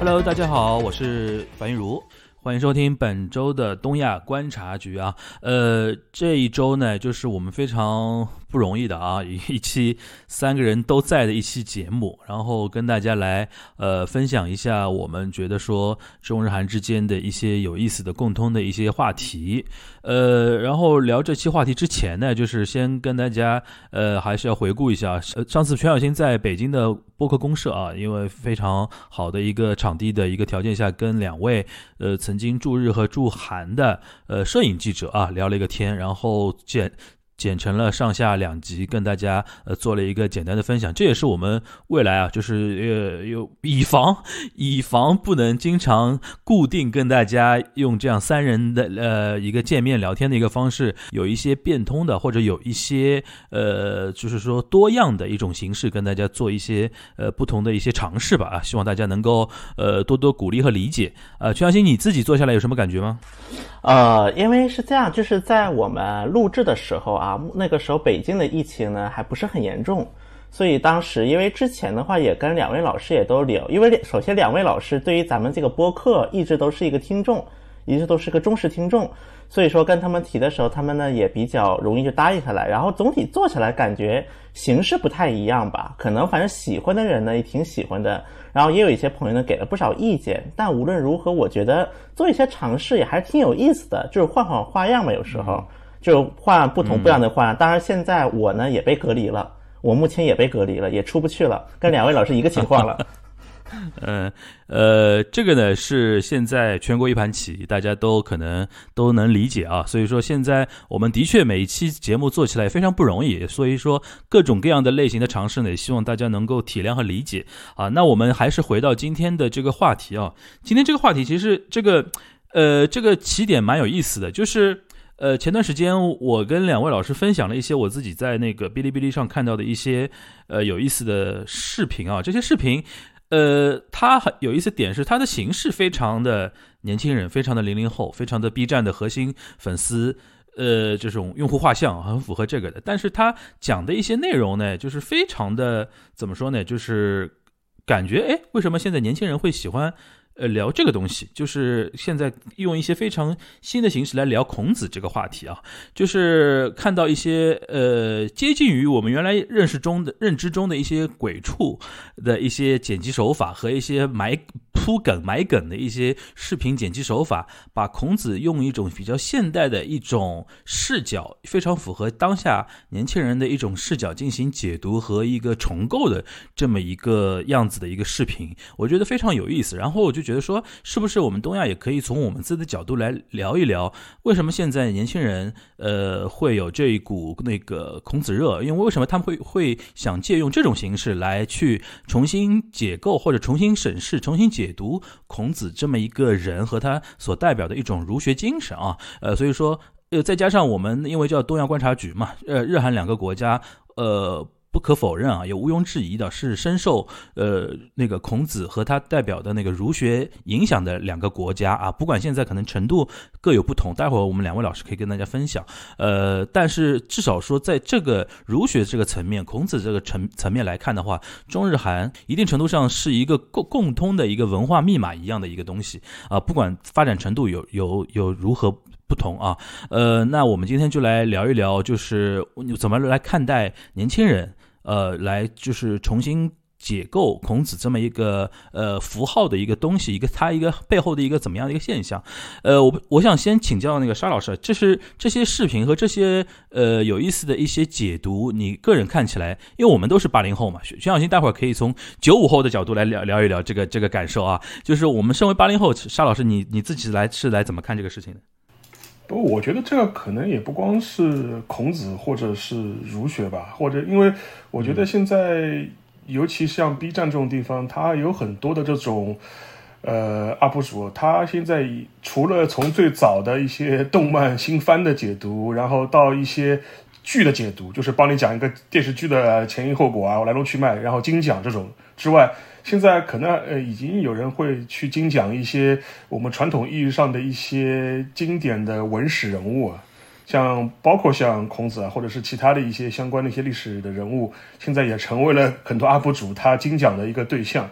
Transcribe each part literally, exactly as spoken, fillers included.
Hello， 大家好，我是樊玉茹，欢迎收听本周的东亚观察局啊。呃，这一周呢，就是我们非常不容易的啊，一期三个人都在的一期节目，然后跟大家来呃分享一下我们觉得说中日韩之间的一些有意思的共通的一些话题。呃，然后聊这期话题之前呢，就是先跟大家呃还是要回顾一下，呃，上次全小新在北京的播客公社啊，因为非常好的一个场地的一个条件下，跟两位呃曾经驻日和驻韩的呃摄影记者啊聊了一个天，然后剪剪成了上下两集，跟大家呃做了一个简单的分享。这也是我们未来啊，就是呃有以防以防不能经常固定跟大家用这样三人的呃一个见面聊天的一个方式，有一些变通的，或者有一些呃就是说多样的一种形式，跟大家做一些呃不同的一些尝试吧啊，希望大家能够呃多多鼓励和理解。呃，全小新你自己做下来有什么感觉吗？ 呃，因为是这样，就是在我们录制的时候啊，那个时候北京的疫情呢还不是很严重，所以当时因为之前的话也跟两位老师也都聊，因为首先两位老师对于咱们这个播客一直都是一个听众，一直都是个忠实听众，所以说跟他们提的时候，他们呢也比较容易就答应下来，然后总体做起来感觉形式不太一样吧，可能反正喜欢的人呢也挺喜欢的，然后也有一些朋友呢给了不少意见，但无论如何我觉得做一些尝试也还是挺有意思的，就是换换花样嘛，有时候、嗯、就换不同不一样的花样、嗯、当然现在我呢也被隔离了，我目前也被隔离了，也出不去了，跟两位老师一个情况了嗯呃，这个呢是现在全国一盘棋，大家都可能都能理解啊。所以说现在我们的确每一期节目做起来非常不容易，所以说各种各样的类型的尝试呢，也希望大家能够体谅和理解啊。那我们还是回到今天的这个话题啊。今天这个话题其实这个呃这个起点蛮有意思的，就是呃前段时间我跟两位老师分享了一些我自己在那个哔哩哔哩上看到的一些呃有意思的视频啊，这些视频。呃，它很有意思点是它的形式非常的年轻人，非常的零零后，非常的 B 站的核心粉丝，呃，这种用户画像很符合这个的。但是它讲的一些内容呢，就是非常的怎么说呢，就是感觉哎，为什么现在年轻人会喜欢呃聊这个东西？就是现在用一些非常新的形式来聊孔子这个话题啊，就是看到一些呃接近于我们原来认识中的认知中的一些鬼畜的一些剪辑手法和一些埋铺梗埋梗的一些视频剪辑手法，把孔子用一种比较现代的一种视角，非常符合当下年轻人的一种视角进行解读和一个重构的这么一个样子的一个视频，我觉得非常有意思。然后我就觉得说，是不是我们东亚也可以从我们自己的角度来聊一聊，为什么现在年轻人呃会有这一股那个孔子热？因为为什么他们会会想借用这种形式来去重新解构或者重新审视、重新解读孔子这么一个人和他所代表的一种儒学精神啊？呃，所以说呃再加上我们因为叫东亚观察局嘛，呃，日韩两个国家呃。不可否认啊，也毋庸置疑的是深受呃那个孔子和他代表的那个儒学影响的两个国家啊，不管现在可能程度各有不同，待会儿我们两位老师可以跟大家分享。呃，但是至少说在这个儒学这个层面，孔子这个层层面来看的话，中日韩一定程度上是一个共共通的一个文化密码一样的一个东西啊，不管发展程度有有有如何不同啊，呃，那我们今天就来聊一聊，就是怎么来看待年轻人。呃，来就是重新解构孔子这么一个呃符号的一个东西，一个他一个背后的一个怎么样的一个现象。呃，我我想先请教那个沙老师，这是这些视频和这些呃有意思的一些解读，你个人看起来，因为我们都是八零后嘛，徐小新待会儿可以从九五后的角度来聊聊一聊这个这个感受啊。就是我们身为八零后，沙老师你你自己来是来怎么看这个事情的？ 不，我觉得这个可能也不光是孔子或者是儒学吧，或者因为我觉得现在尤其像 B 站这种地方，它有很多的这种呃 U P 主，他现在除了从最早的一些动漫新番的解读，然后到一些剧的解读，就是帮你讲一个电视剧的前因后果啊、来龙去脉，然后精讲这种之外，现在可能呃已经有人会去精讲一些我们传统意义上的一些经典的文史人物啊，像包括像孔子啊，或者是其他的一些相关的一些历史的人物，现在也成为了很多 U P 主他精讲的一个对象。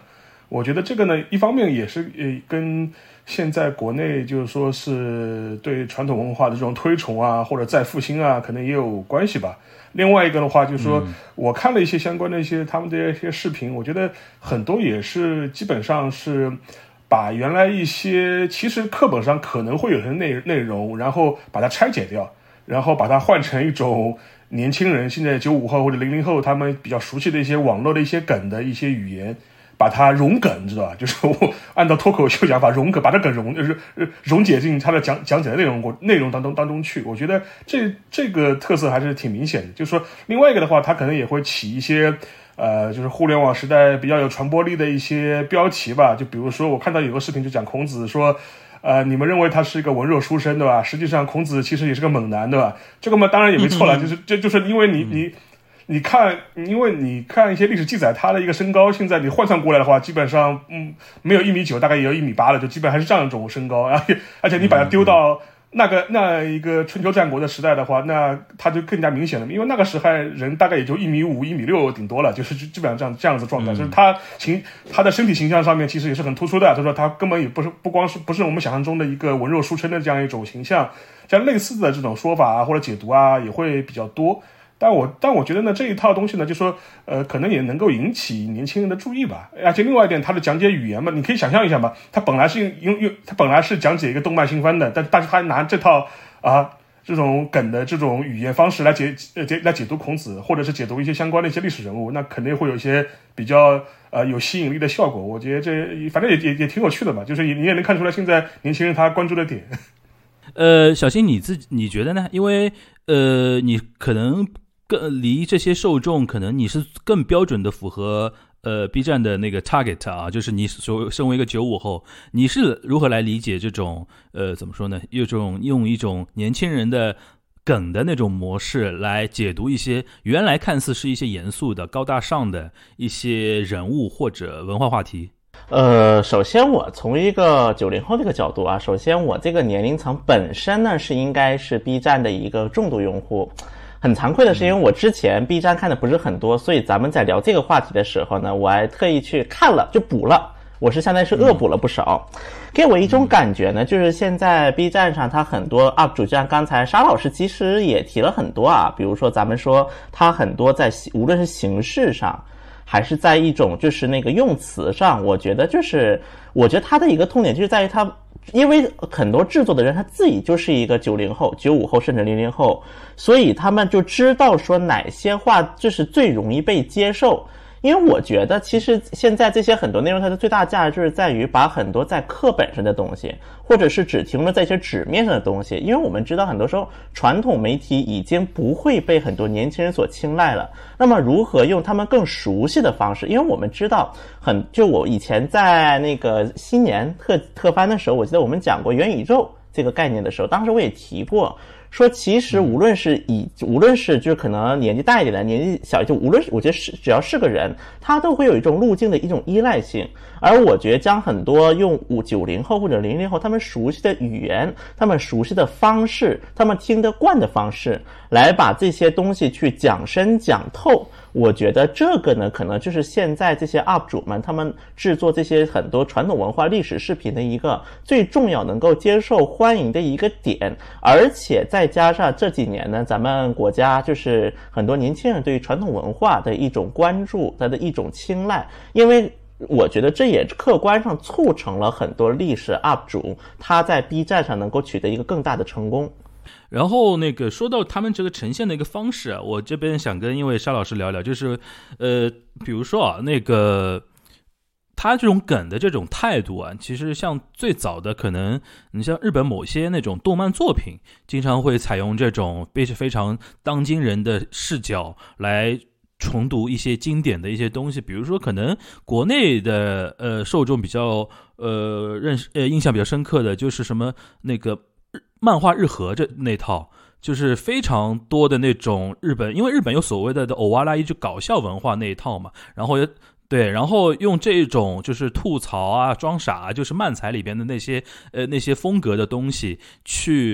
我觉得这个呢，一方面也是呃跟现在国内就是说是对传统文化的这种推崇啊，或者再复兴啊，可能也有关系吧。另外一个的话，就是说、嗯、我看了一些相关的一些他们的一些视频，我觉得很多也是基本上是把原来一些其实课本上可能会有的内内容，然后把它拆解掉，然后把它换成一种年轻人现在九五后或者零零后他们比较熟悉的一些网络的一些梗的一些语言。把它融梗，知道吧？就是我按照脱口秀讲法融梗，把它梗融就是溶解进它的讲讲解的内容内容当中当中去。我觉得这这个特色还是挺明显的。就是说，另外一个的话，它可能也会起一些呃，就是互联网时代比较有传播力的一些标题吧。就比如说，我看到有个视频就讲孔子说，呃，你们认为他是一个文弱书生，对吧？实际上孔子其实也是个猛男，对吧？这个嘛，当然也没错了，就是这就是因为你你。你看，因为你看一些历史记载，他的一个身高，现在你换算过来的话，基本上嗯没有一米九，大概也有一米八了，就基本还是这样一种身高。而且而且你把它丢到那个那一个春秋战国的时代的话，那他就更加明显了，因为那个时代人大概也就一米五、一米六顶多了，就是基本上这样这样子状态，就是他形他的身体形象上面其实也是很突出的，就是说他根本也不是不光是不是我们想象中的一个文弱书生的这样一种形象，像类似的这种说法啊或者解读啊也会比较多。但我但我觉得呢，这一套东西呢，就说呃，可能也能够引起年轻人的注意吧。而且另外一点，它的讲解语言嘛，你可以想象一下嘛，它本来是用用它本来是讲解一个动漫新番的，但但是他拿这套啊这种梗的这种语言方式来解呃解来解读孔子，或者是解读一些相关的一些历史人物，那肯定会有一些比较呃有吸引力的效果。我觉得这反正也也也挺有趣的吧，就是你也能看出来现在年轻人他关注的点。 呃，小新你自己你觉得呢？因为呃，你可能。更离这些受众，可能你是更标准的符合呃 B 站的那个 target 啊，就是你所身为一个九五后，你是如何来理解这种呃怎么说呢？有种用一种年轻人的梗的那种模式来解读一些原来看似是一些严肃的、高大上的一些人物或者文化话题。 呃，首先我从一个九零后这个角度啊，首先我这个年龄层本身呢是应该是 B 站的一个重度用户。很惭愧的是，因为我之前 B 站看的不是很多，所以咱们在聊这个话题的时候呢，我还特意去看了，就补了。我是相当于是恶补了不少，给我一种感觉呢，就是现在 B 站上它很多 U P 主，就像刚才沙老师其实也提了很多啊，比如说咱们说它很多在无论是形式上，还是在一种就是那个用词上，我觉得就是我觉得它的一个痛点就是在于它。因为很多制作的人他自己就是一个九零后、九五后甚至零零后，所以他们就知道说哪些话就是最容易被接受。因为我觉得其实现在这些很多内容它的最大价值就是在于把很多在课本上的东西，或者是只停留在一些纸面上的东西，因为我们知道很多时候传统媒体已经不会被很多年轻人所青睐了，那么如何用他们更熟悉的方式，因为我们知道很就我以前在那个新年特特番的时候，我记得我们讲过元宇宙这个概念的时候，当时我也提过说其实无论是以无论是就是可能年纪大一点的，年纪小一点，就无论是我觉得是只要是个人，他都会有一种路径的一种依赖性。而我觉得将很多用五九零后或者零零后他们熟悉的语言，他们熟悉的方式，他们听得惯的方式，来把这些东西去讲深讲透。我觉得这个呢，可能就是现在这些 U P 主们他们制作这些很多传统文化历史视频的一个最重要能够接受欢迎的一个点。而且再加上这几年呢，咱们国家就是很多年轻人对于传统文化的一种关注，它的一种青睐，因为我觉得这也客观上促成了很多历史 U P 主他在 B 站上能够取得一个更大的成功。 然后那个说到他们这个呈现的一个方式啊，我这边想跟因为沙老师聊聊，就是呃，比如说啊，那个他这种梗的这种态度啊，其实像最早的可能，你像日本某些那种动漫作品，经常会采用这种非常当今人的视角来重读一些经典的一些东西，比如说可能国内的呃受众比较呃认识呃印象比较深刻的就是什么那个漫画日和这那套，就是非常多的那种日本，因为日本有所谓的偶哇拉一就搞笑文化那一套嘛，然后对，然后用这种就是吐槽啊、装傻啊，就是漫才里边的那些呃那些风格的东西去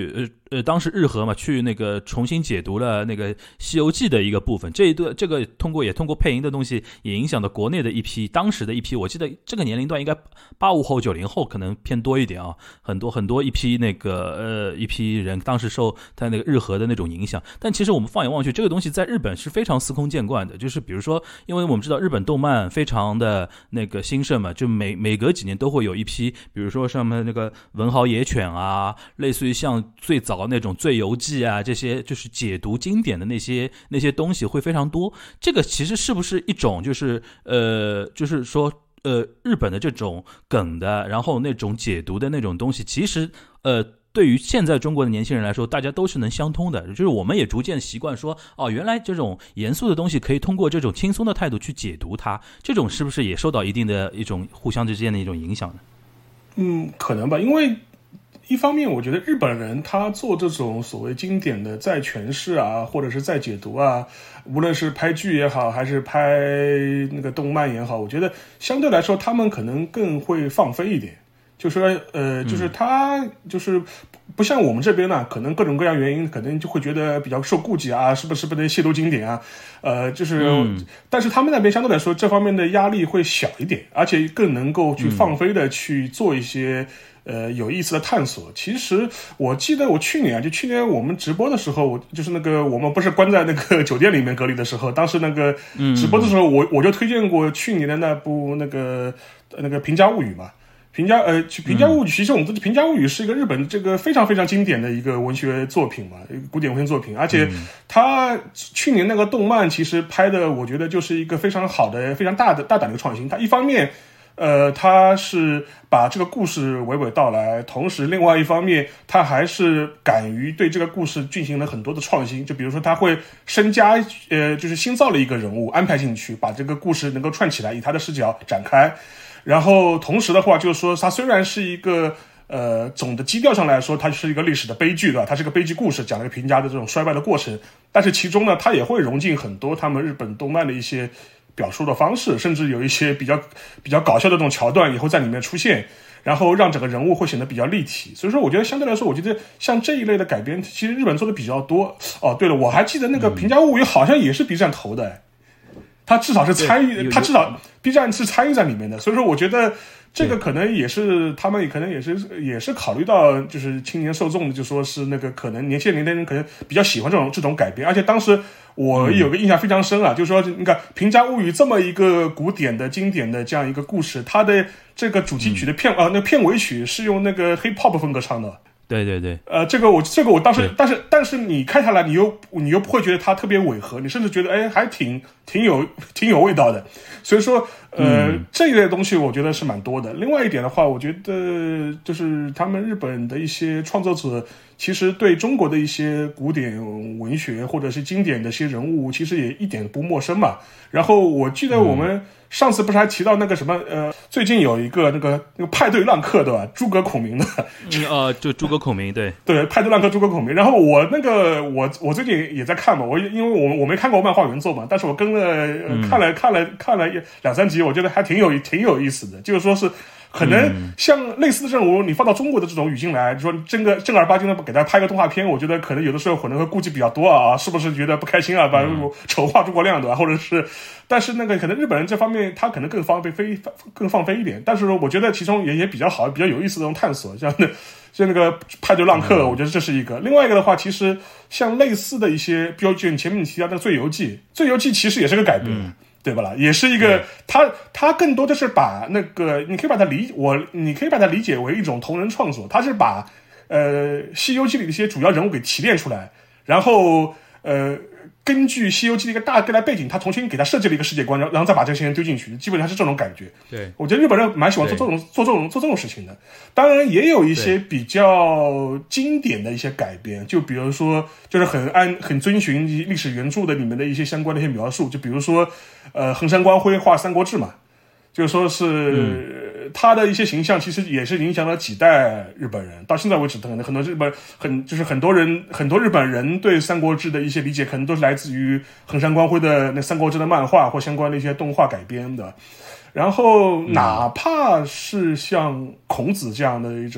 呃，当时日和嘛，去那个重新解读了那个《西游记》的一个部分，这一段这个通过也通过配音的东西，也影响到国内的一批当时的一批，我记得这个年龄段应该八五后、九零后可能偏多一点啊，很多很多一批那个呃一批人当时受他那个日和的那种影响。但其实我们放眼望去，这个东西在日本是非常司空见惯的，就是比如说，因为我们知道日本动漫非常的那个兴盛嘛，就每每隔几年都会有一批，比如说上面那个文豪野犬啊，类似于像最早那种《醉游记》啊，这些就是解读经典的那些那些东西会非常多。这个其实是不是一种就是呃，就是说呃，日本的这种梗的，然后那种解读的那种东西，其实呃。对于现在中国的年轻人来说，大家都是能相通的，就是我们也逐渐习惯说，哦，原来这种严肃的东西可以通过这种轻松的态度去解读它，这种是不是也受到一定的一种互相之间的一种影响呢？ 嗯，可能吧，因为一方面我觉得日本人他做这种所谓经典的再诠释啊，或者是再解读啊，无论是拍剧也好，还是拍那个动漫也好，我觉得相对来说他们可能更会放飞一点。就说呃，就是他就是不像我们这边呢，可能各种各样原因，可能就会觉得比较受顾忌啊，是不是不能亵渎经典啊？呃，就是，嗯、但是他们那边相对来说这方面的压力会小一点，而且更能够去放飞的去做一些、嗯、呃有意思的探索。其实我记得我去年啊，就去年我们直播的时候，我就是那个我们不是关在那个酒店里面隔离的时候，当时那个直播的时候，嗯、我我就推荐过去年的那部那个那个《平家物语》嘛。平家呃，平家物语，其实我们知道，平家物语是一个日本这个非常非常经典的一个文学作品嘛，一个古典文学作品，而且它去年那个动漫其实拍的，我觉得就是一个非常好的、非常大的大胆的创新。它一方面，呃，它是把这个故事娓娓道来，同时另外一方面，它还是敢于对这个故事进行了很多的创新。就比如说，它会深加呃，就是新造了一个人物安排进去，把这个故事能够串起来，以他的视角展开。然后同时的话，就是说它虽然是一个呃总的基调上来说，它是一个历史的悲剧，对吧？它是个悲剧故事，讲了一个平家的这种衰败的过程。但是其中呢，它也会融进很多他们日本动漫的一些表述的方式，甚至有一些比较比较搞笑的这种桥段也会在里面出现，然后让整个人物会显得比较立体。所以说，我觉得相对来说，我觉得像这一类的改编，其实日本做的比较多。哦，对了，我还记得那个《平家物语》好像也是 B 站投的。他至少是参与，他至少 B 站是参与在里面的，所以说我觉得这个可能也是他们可能也是也是考虑到就是青年受众的，就说是那个可能年轻年轻人可能比较喜欢这种这种改编，而且当时我有个印象非常深啊，嗯、就是说你看《平家物语》这么一个古典的经典的这样一个故事，它的这个主题曲的片啊、嗯呃、那片尾曲是用那个 hip hop 风格唱的。 对对对， 呃，这个我这个我当时，但是但是你看下来，你又你又不会觉得它特别违和，你甚至觉得哎，还挺挺有挺有味道的。所以说，呃，嗯、这一类东西我觉得是蛮多的。另外一点的话，我觉得就是他们日本的一些创作者，其实对中国的一些古典文学或者是经典的一些人物，其实也一点不陌生嘛。然后我记得我们上次不是还提到那个什么呃，最近有一个那个那个派对浪客对吧？诸葛孔明的， 嗯呃，就诸葛孔明对对，派对浪客诸葛孔明。然后我那个我我最近也在看嘛，我因为我我没看过漫画原作嘛，但是我跟了、呃、看了看了看了两三集，我觉得还挺有挺有意思的，就是说是。可能像类似的任务，你放到中国的这种语境来说，正个正儿八经的给他拍个动画片，我觉得可能有的时候可能会顾忌比较多啊，是不是觉得不开心啊？把丑化诸葛亮对吧？或者是，但是那个可能日本人这方面他可能更放飞更放飞一点，但是我觉得其中也也比较好、比较有意思的这种探索，像那像那个派对浪客，我觉得这是一个。另外一个的话，其实像类似的一些，比如就你前面你提到那个《醉游记》，《醉游记》其实也是个改编。嗯对吧啦？也是一个，他他更多的是把那个，你可以把它理我，你可以把它理解为一种同人创作。他是把呃《西游记》里的一些主要人物给提炼出来，然后呃根据《西游记》的一个大概的背景，他重新给他设计了一个世界观，然后然后再把这些人丢进去，基本上是这种感觉。 对， 我觉得日本人蛮喜欢做这种做这种做这种事情的。当然，也有一些比较经典的一些改编，就比如说，就是很按很遵循历史原著的里面的一些相关的一些描述，就比如说。呃，横山光辉画《三国志》嘛，就是说是、嗯、他的一些形象，其实也是影响了几代日本人。到现在为止，可能很多日本很就是很多人很多日本人对《三国志》的一些理解，可能都是来自于横山光辉的那《三国志》的漫画或相关的一些动画改编的。然后，哪怕是像孔子这样的一种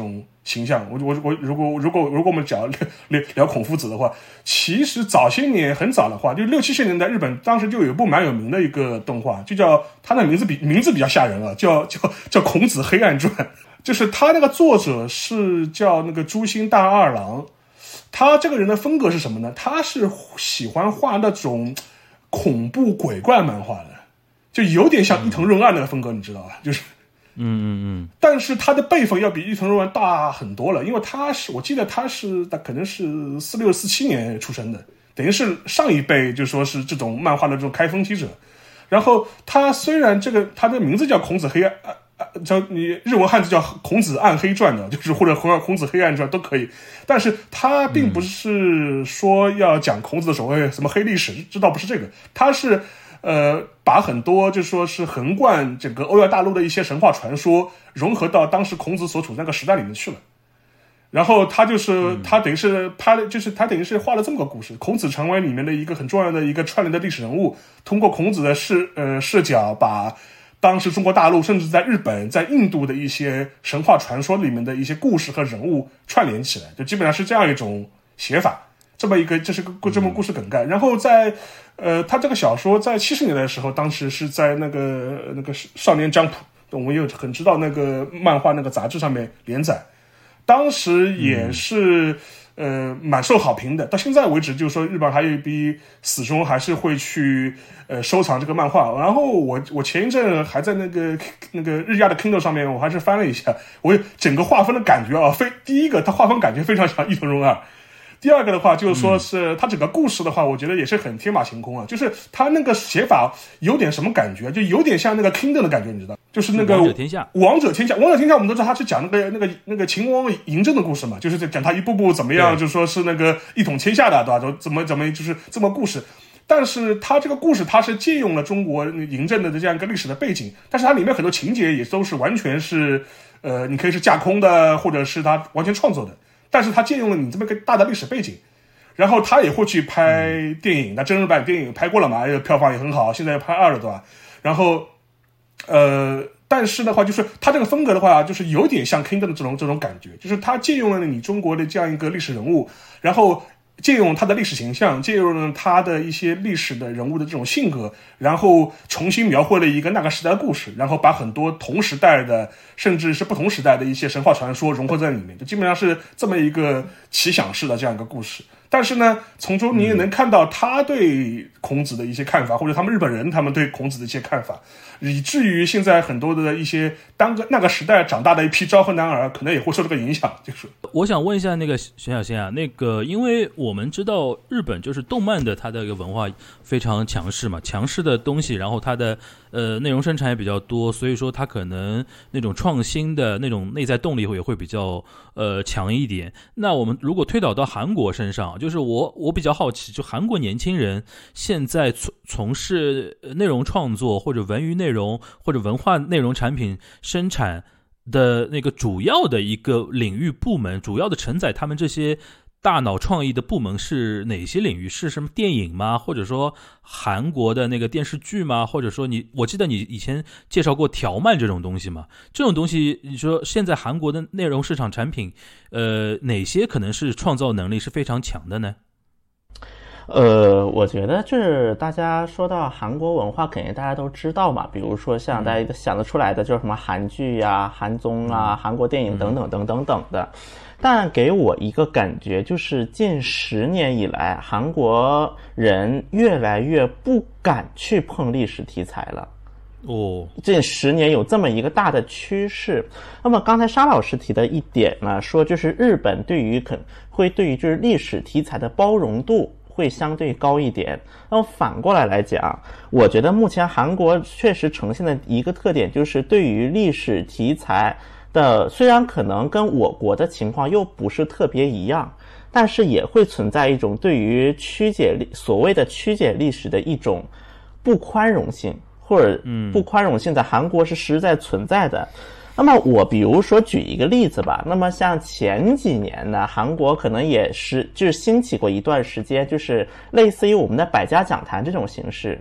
形象。我我我如果如果如果我们讲聊聊孔夫子的话，其实早些年很早的话，就六七十年代日本当时就有一部蛮有名的一个动画，就叫它的名字比名字比较吓人啊，叫叫叫《孔子黑暗传》。就是他那个作者是叫那个朱星大二郎，他这个人的风格是什么呢？他是喜欢画那种恐怖鬼怪漫画的，就有点像伊藤润二那个风格，你知道吧？就是。 嗯嗯嗯， 但是他的辈分要比伊藤润二大很多了，因为他是我记得他是他可能是四六四七年出生的，等于是上一辈就说是这种漫画的这种开风期者。然后他虽然这个他的名字叫孔子黑暗，叫你日文汉字叫孔子暗黑传的，就是或者孔子黑暗传都可以，但是他并不是说要讲孔子的所谓什么黑历史，这倒不是这个，他是。呃，把很多就说是横贯整个欧亚大陆的一些神话传说融合到当时孔子所处那个时代里面去了。然后他就是他等于是拍了，就是他等于是画了这么个故事，孔子成为里面的一个很重要的一个串联的历史人物，通过孔子的视呃视角，把当时中国大陆甚至在日本、在印度的一些神话传说里面的一些故事和人物串联起来，就基本上是这样一种写法。这么一个，这是个这么故事梗概。然后在，呃，他这个小说在七十年代的时候，当时是在那个那个少年 Jump， 我们又很知道那个漫画那个杂志上面连载，当时也是、嗯、呃蛮受好评的。到现在为止，就是说日本还有一批死忠还是会去呃收藏这个漫画。然后我我前一阵还在那个那个日亚的 Kindle 上面，我还是翻了一下，我整个画风的感觉啊，非第一个，它画风感觉非常像伊藤润二。第二个的话，就是说是他整个故事的话，我觉得也是很天马行空啊。就是他那个写法有点什么感觉，就有点像那个 Kingdom 的感觉，你知道？就是那个王者天下， 王者天下，王者天下，我们都知道他是讲那个那个那个秦王嬴政的故事嘛，就是在讲他一步步怎么样，就说是那个一统天下的，对吧？怎么怎么就是这么故事。但是他这个故事，他是借用了中国嬴政的这样一个历史的背景，但是它里面很多情节也都是完全是，呃，你可以是架空的，或者是他完全创作的。但是他借用了你这么一个大的历史背景，然后他也会去拍电影，那真人版电影拍过了嘛，票房也很好，现在拍二了，对吧？然后，呃，但是的话，就是他这个风格的话，就是有点像 Kingdom 的这种这种感觉，就是他借用了你中国的这样一个历史人物，然后借用他的历史形象，借用了他的一些历史的人物的这种性格，然后重新描绘了一个那个时代的故事，然后把很多同时代的甚至是不同时代的一些神话传说融合在里面，就基本上是这么一个奇想式的这样一个故事。但是呢，从中你也能看到他对孔子的一些看法，或者他们日本人他们对孔子的一些看法，以至于现在很多的一些当个那个时代长大的一批昭和男儿，可能也会受这个影响。就是我想问一下那个玄小仙啊，那个因为我们知道日本就是动漫的它的一个文化非常强势嘛，强势的东西，然后它的呃内容生产也比较多，所以说它可能那种创新的那种内在动力也会比较呃强一点。那我们如果推导到韩国身上，就是我我比较好奇，就韩国年轻人现在从从事内容创作或者文娱内容或者文化内容产品生产的那个主要的一个领域部门，主要的承载他们这些大脑创意的部门是哪些领域？是什么电影吗？或者说韩国的那个电视剧吗？或者说你，我记得你以前介绍过条漫这种东西嘛？这种东西，你说现在韩国的内容市场产品，呃，哪些可能是创造能力是非常强的呢？ 呃，我觉得就是大家说到韩国文化，肯定大家都知道嘛，比如说像大家想得出来的，就是什么韩剧呀、韩综啊、韩国电影等等等等等的。但给我一个感觉，就是近十年以来，韩国人越来越不敢去碰历史题材了。 哦， 近十年有这么一个大的趋势。那么刚才沙老师提的一点呢，说就是日本对于可会对于就是历史题材的包容度会相对高一点。那么反过来来讲，我觉得目前韩国确实呈现的一个特点，就是对于历史题材的，虽然可能跟我国的情况又不是特别一样，但是也会存在一种对于曲解所谓的曲解历史的一种不宽容性，或者不宽容性在韩国是实在存在的。那么我比如说举一个例子吧，那么像前几年呢，韩国可能也是就是兴起过一段时间，就是类似于我们的百家讲坛这种形式，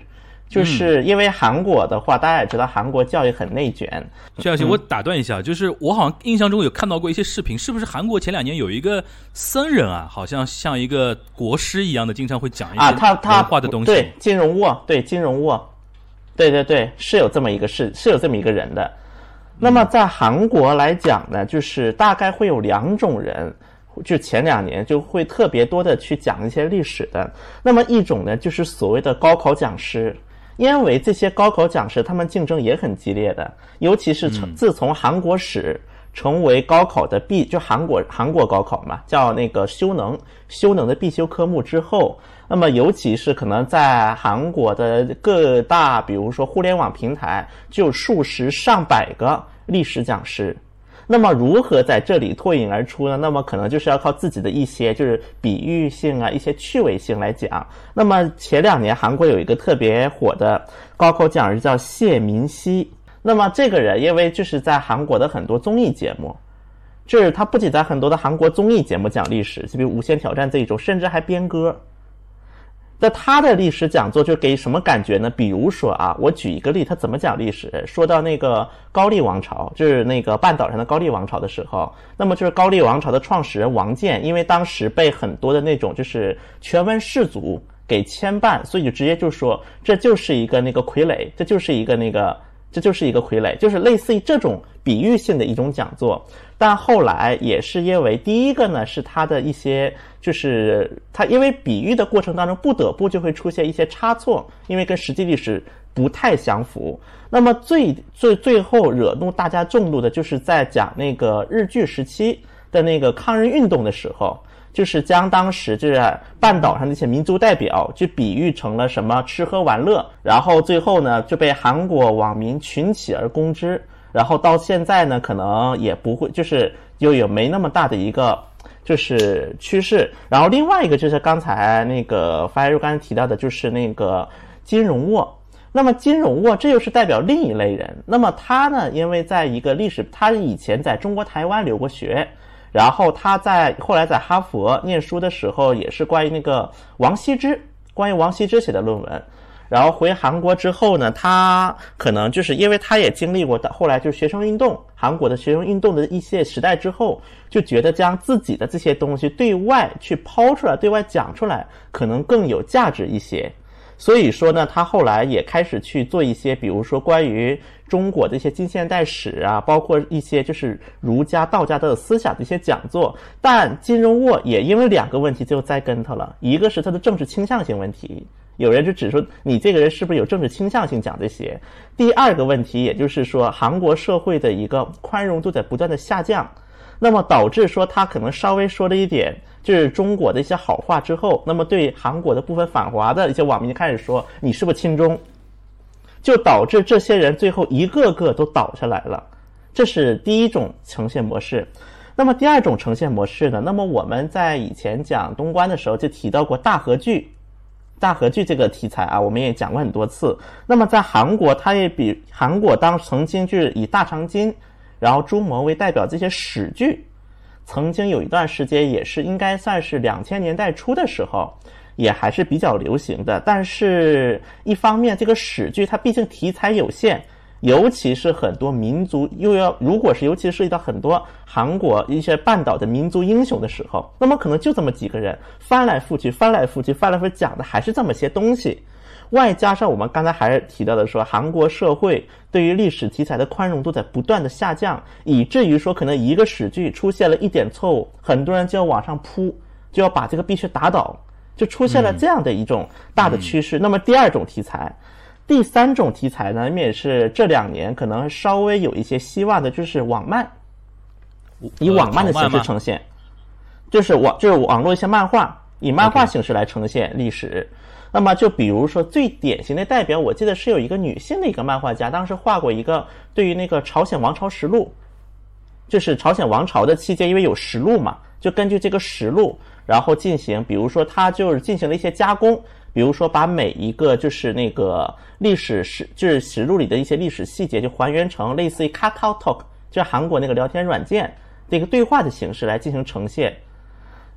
就是因为韩国的话，大家也知道韩国教育很内卷。 这样行，我打断一下，就是我好像印象中有看到过一些视频，是不是韩国前两年有一个僧人啊，好像像一个国师一样的，经常会讲一些啊，他他文化的东西。 对，金荣沃，对金荣沃，对对对，是有这么一个是是有这么一个人的。那么在韩国来讲呢，就是大概会有两种人。就前两年就会特别多的去讲一些历史的。那么一种呢，就是所谓的高考讲师，因为这些高考讲师他们竞争也很激烈的，尤其是从自从韩国史成为高考的必，就韩国韩国高考嘛，叫那个修能修能的必修科目之后，那么尤其是可能在韩国的各大，比如说互联网平台，就有数十上百个历史讲师。那么如何在这里脱颖而出呢？那么可能就是要靠自己的一些就是比喻性啊，一些趣味性来讲。那么前两年韩国有一个特别火的高考讲师叫谢民熙。那么这个人因为就是在韩国的很多综艺节目，就是他不仅在很多的韩国综艺节目讲历史，就比如无限挑战这一种，甚至还编歌。那他的历史讲座就给什么感觉呢？比如说啊，我举一个例，他怎么讲历史？说到那个高丽王朝，就是那个半岛上的高丽王朝的时候，那么就是高丽王朝的创始人王建，因为当时被很多的那种就是权温氏族给牵绊，所以就直接就说这就是一个那个傀儡，这就是一个那个这就是一个傀儡，就是类似于这种比喻性的一种讲座。但后来也是因为第一个呢，是他的一些就是他因为比喻的过程当中不得不就会出现一些差错，因为跟实际历史不太相符。那么最最最后惹怒大家众怒的就是在讲那个日据时期的那个抗日运动的时候，就是将当时就是半岛上的一些民族代表就比喻成了什么吃喝玩乐，然后最后呢就被韩国网民群起而攻之，然后到现在呢可能也不会就是又有没那么大的一个就是趋势。然后另外一个就是刚才那个发言刚才提到的就是那个金荣沃。那么金荣沃这又是代表另一类人，那么他呢因为在一个历史，他以前在中国台湾留过学，然后他在后来在哈佛念书的时候也是关于那个王羲之，关于王羲之写的论文。然后回韩国之后呢，他可能就是因为他也经历过的后来就是学生运动，韩国的学生运动的一些时代之后，就觉得将自己的这些东西对外去抛出来，对外讲出来可能更有价值一些。所以说呢，他后来也开始去做一些比如说关于中国的一些近现代史啊，包括一些就是儒家道家的思想的一些讲座。但金荣沃也因为两个问题就栽跟头了，一个是他的政治倾向性问题，有人就指出你这个人是不是有政治倾向性讲这些。第二个问题也就是说韩国社会的一个宽容度在不断的下降，那么导致说他可能稍微说了一点就是中国的一些好话之后，那么对韩国的部分反华的一些网民就开始说你是不是亲中，就导致这些人最后一个个都倒下来了。这是第一种呈现模式。那么第二种呈现模式呢，那么我们在以前讲东关的时候就提到过大和剧，大和剧这个题材啊，我们也讲过很多次。那么在韩国，它也比韩国当曾经就是以大长今然后朱模为代表这些史剧，曾经有一段时间也是应该算是两千年代初的时候也还是比较流行的。但是一方面这个史剧它毕竟题材有限，尤其是很多民族又要如果是尤其涉及到很多韩国一些半岛的民族英雄的时候，那么可能就这么几个人翻来覆去翻来覆去翻来覆去讲的还是这么些东西。外加上我们刚才还是提到的说韩国社会对于历史题材的宽容度在不断的下降，以至于说可能一个史剧出现了一点错误，很多人就要往上扑，就要把这个必须打倒，就出现了这样的一种大的趋势。嗯、那么第二种题材，第三种题材呢，也是这两年可能稍微有一些希望的，就是网漫，以网漫的形式呈现，呃、就是网就是网络一些漫画，以漫画形式来呈现历史。Okay. 那么就比如说最典型的代表，我记得是有一个女性的一个漫画家，当时画过一个对于那个朝鲜王朝实录，就是朝鲜王朝的期间因为有实录嘛，就根据这个实录然后进行，比如说他就是进行了一些加工，比如说把每一个就是那个历史史就是实录里的一些历史细节就还原成类似于 KakaoTalk 就是韩国那个聊天软件这个对话的形式来进行呈现。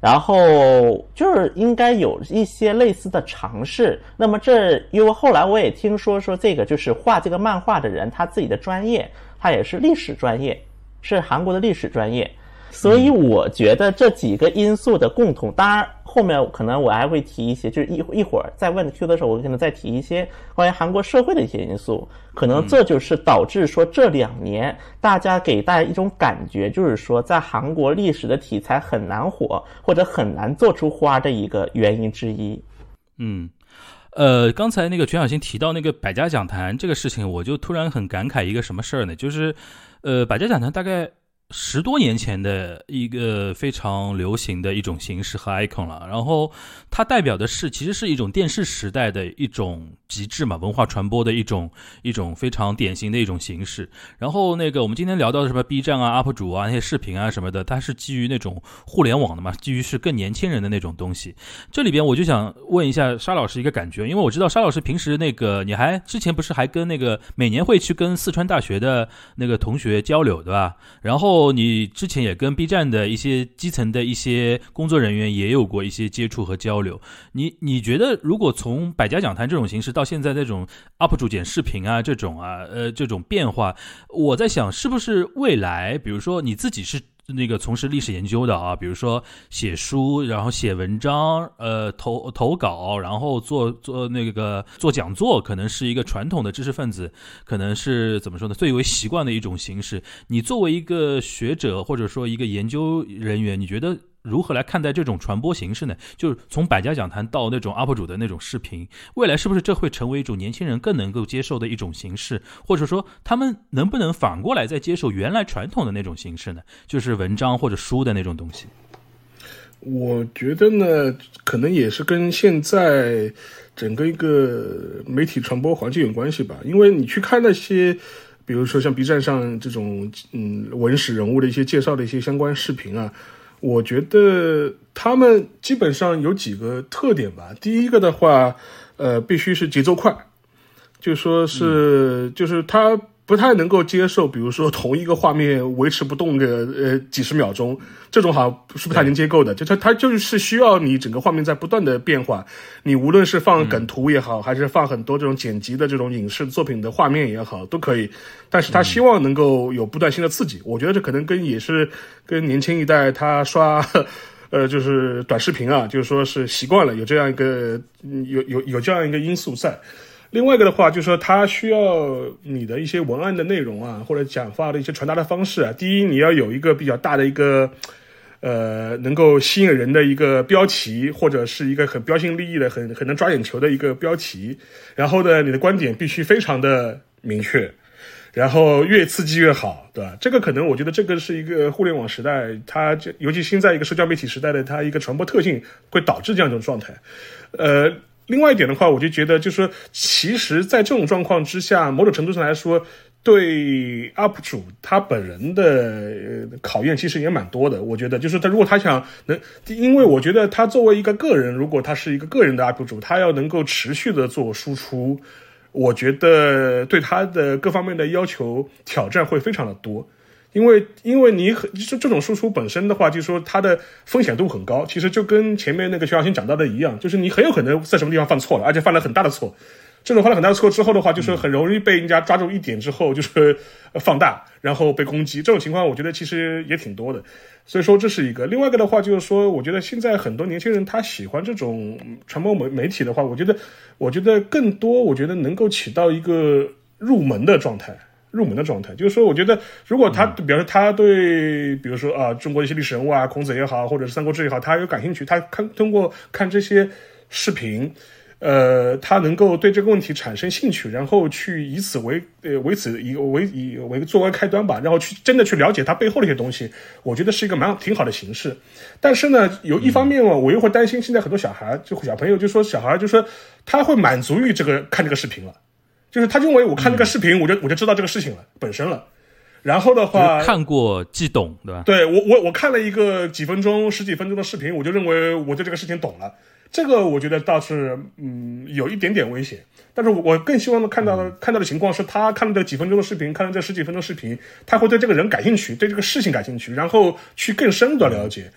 然后就是应该有一些类似的尝试。那么这因为后来我也听说说这个就是画这个漫画的人他自己的专业，他也是历史专业，是韩国的历史专业。所以我觉得这几个因素的共同，当然后面可能我还会提一些，就是一一会儿在问 Q 的时候，我可能再提一些关于韩国社会的一些因素。可能这就是导致说这两年大家给大家一种感觉，就是说在韩国历史的题材很难火，或者很难做出花的一个原因之一。 嗯。呃，刚才那个全小新提到那个百家讲坛这个事情，我就突然很感慨一个什么事儿呢？就是，呃，百家讲坛大概十多年前的一个非常流行的一种形式和 icon 了，然后它代表的是其实是一种电视时代的一种极致嘛，文化传播的一种一种非常典型的一种形式。然后那个我们今天聊到的什么 B 站啊 U P 主啊那些视频啊什么的，它是基于那种互联网的嘛，基于是更年轻人的那种东西。这里边我就想问一下沙老师一个感觉，因为我知道沙老师平时那个你还之前不是还跟那个每年会去跟四川大学的那个同学交流对吧？然后你之前也跟 B 站的一些基层的一些工作人员也有过一些接触和交流，你你觉得如果从百家讲坛这种形式到现在那种 U P 主剪视频啊这种啊呃这种变化，我在想是不是未来比如说你自己是那个从事历史研究的啊，比如说写书，然后写文章，呃，投投稿，然后做做那个做讲座，可能是一个传统的知识分子，可能是怎么说呢，最为习惯的一种形式。你作为一个学者或者说一个研究人员，你觉得如何来看待这种传播形式呢？就是从百家讲坛到那种 U P 主的那种视频，未来是不是这会成为一种年轻人更能够接受的一种形式？或者说他们能不能反过来再接受原来传统的那种形式呢？就是文章或者书的那种东西。 我觉得呢，可能也是跟现在整个一个媒体传播环境有关系吧。因为你去看那些比如说像 B 站上这种嗯文史人物的一些介绍的一些相关视频啊，我觉得他们基本上有几个特点吧。第一个的话，呃，必须是节奏快，就说是、嗯、就是他不太能够接受，比如说同一个画面维持不动个呃几十秒钟，这种好像是不太能接构的。就他他就是需要你整个画面在不断的变化，你无论是放梗图也好，嗯、还是放很多这种剪辑的这种影视作品的画面也好，都可以。但是他希望能够有不断性的刺激，嗯、我觉得这可能跟也是跟年轻一代他刷。呃，就是短视频啊，就是说是习惯了有这样一个有有有这样一个因素在。另外一个的话，就是说它需要你的一些文案的内容啊，或者讲话的一些传达的方式啊。第一，你要有一个比较大的一个呃能够吸引人的一个标题，或者是一个很标新立异的、很很能抓眼球的一个标题。然后呢，你的观点必须非常的明确。然后越刺激越好，对吧？这个可能我觉得这个是一个互联网时代，它尤其现在一个社交媒体时代的它一个传播特性，会导致这样一种状态。呃，另外一点的话，我就觉得就是说，其实在这种状况之下，某种程度上来说，对 U P 主他本人的考验其实也蛮多的。我觉得就是他如果他想能，因为我觉得他作为一个个人，如果他是一个个人的 U P 主，他要能够持续的做输出。我觉得对他的各方面的要求挑战会非常的多，因为因为你这种输出本身的话，就是说它的风险度很高，其实就跟前面那个徐小新讲到的一样，就是你很有可能在什么地方犯错了，而且犯了很大的错。这种犯了很大的错之后的话，就是很容易被人家抓住一点之后，就是放大，然后被攻击。这种情况我觉得其实也挺多的。所以说这是一个。另外一个的话就是说，我觉得现在很多年轻人他喜欢这种传播媒媒体的话，我觉得我觉得更多我觉得能够起到一个入门的状态。入门的状态，就是说，我觉得如果他，比如说他对，比如说啊，中国一些历史人物啊，孔子也好，或者是三国志也好，他有感兴趣，他看通过看这些视频，呃，他能够对这个问题产生兴趣，然后去以此为呃为此以为以为作为开端吧，然后去真的去了解他背后的一些东西，我觉得是一个蛮挺好的形式。但是呢，有一方面嘛，我又会担心现在很多小孩，就小朋友就说小孩就说他会满足于这个看这个视频了。就是他认为我看这个视频，我就我就知道这个事情了本身了，然后的话、 就是、看过即懂，对吧？ 对，我我我看了一个几分钟、十几分钟的视频，我就认为我对这个事情懂了。这个我觉得倒是嗯有一点点危险，但是我更希望看到的、嗯、看到的情况是他看了这几分钟的视频，看了这十几分钟的视频，他会对这个人感兴趣，对这个事情感兴趣，然后去更深的了解。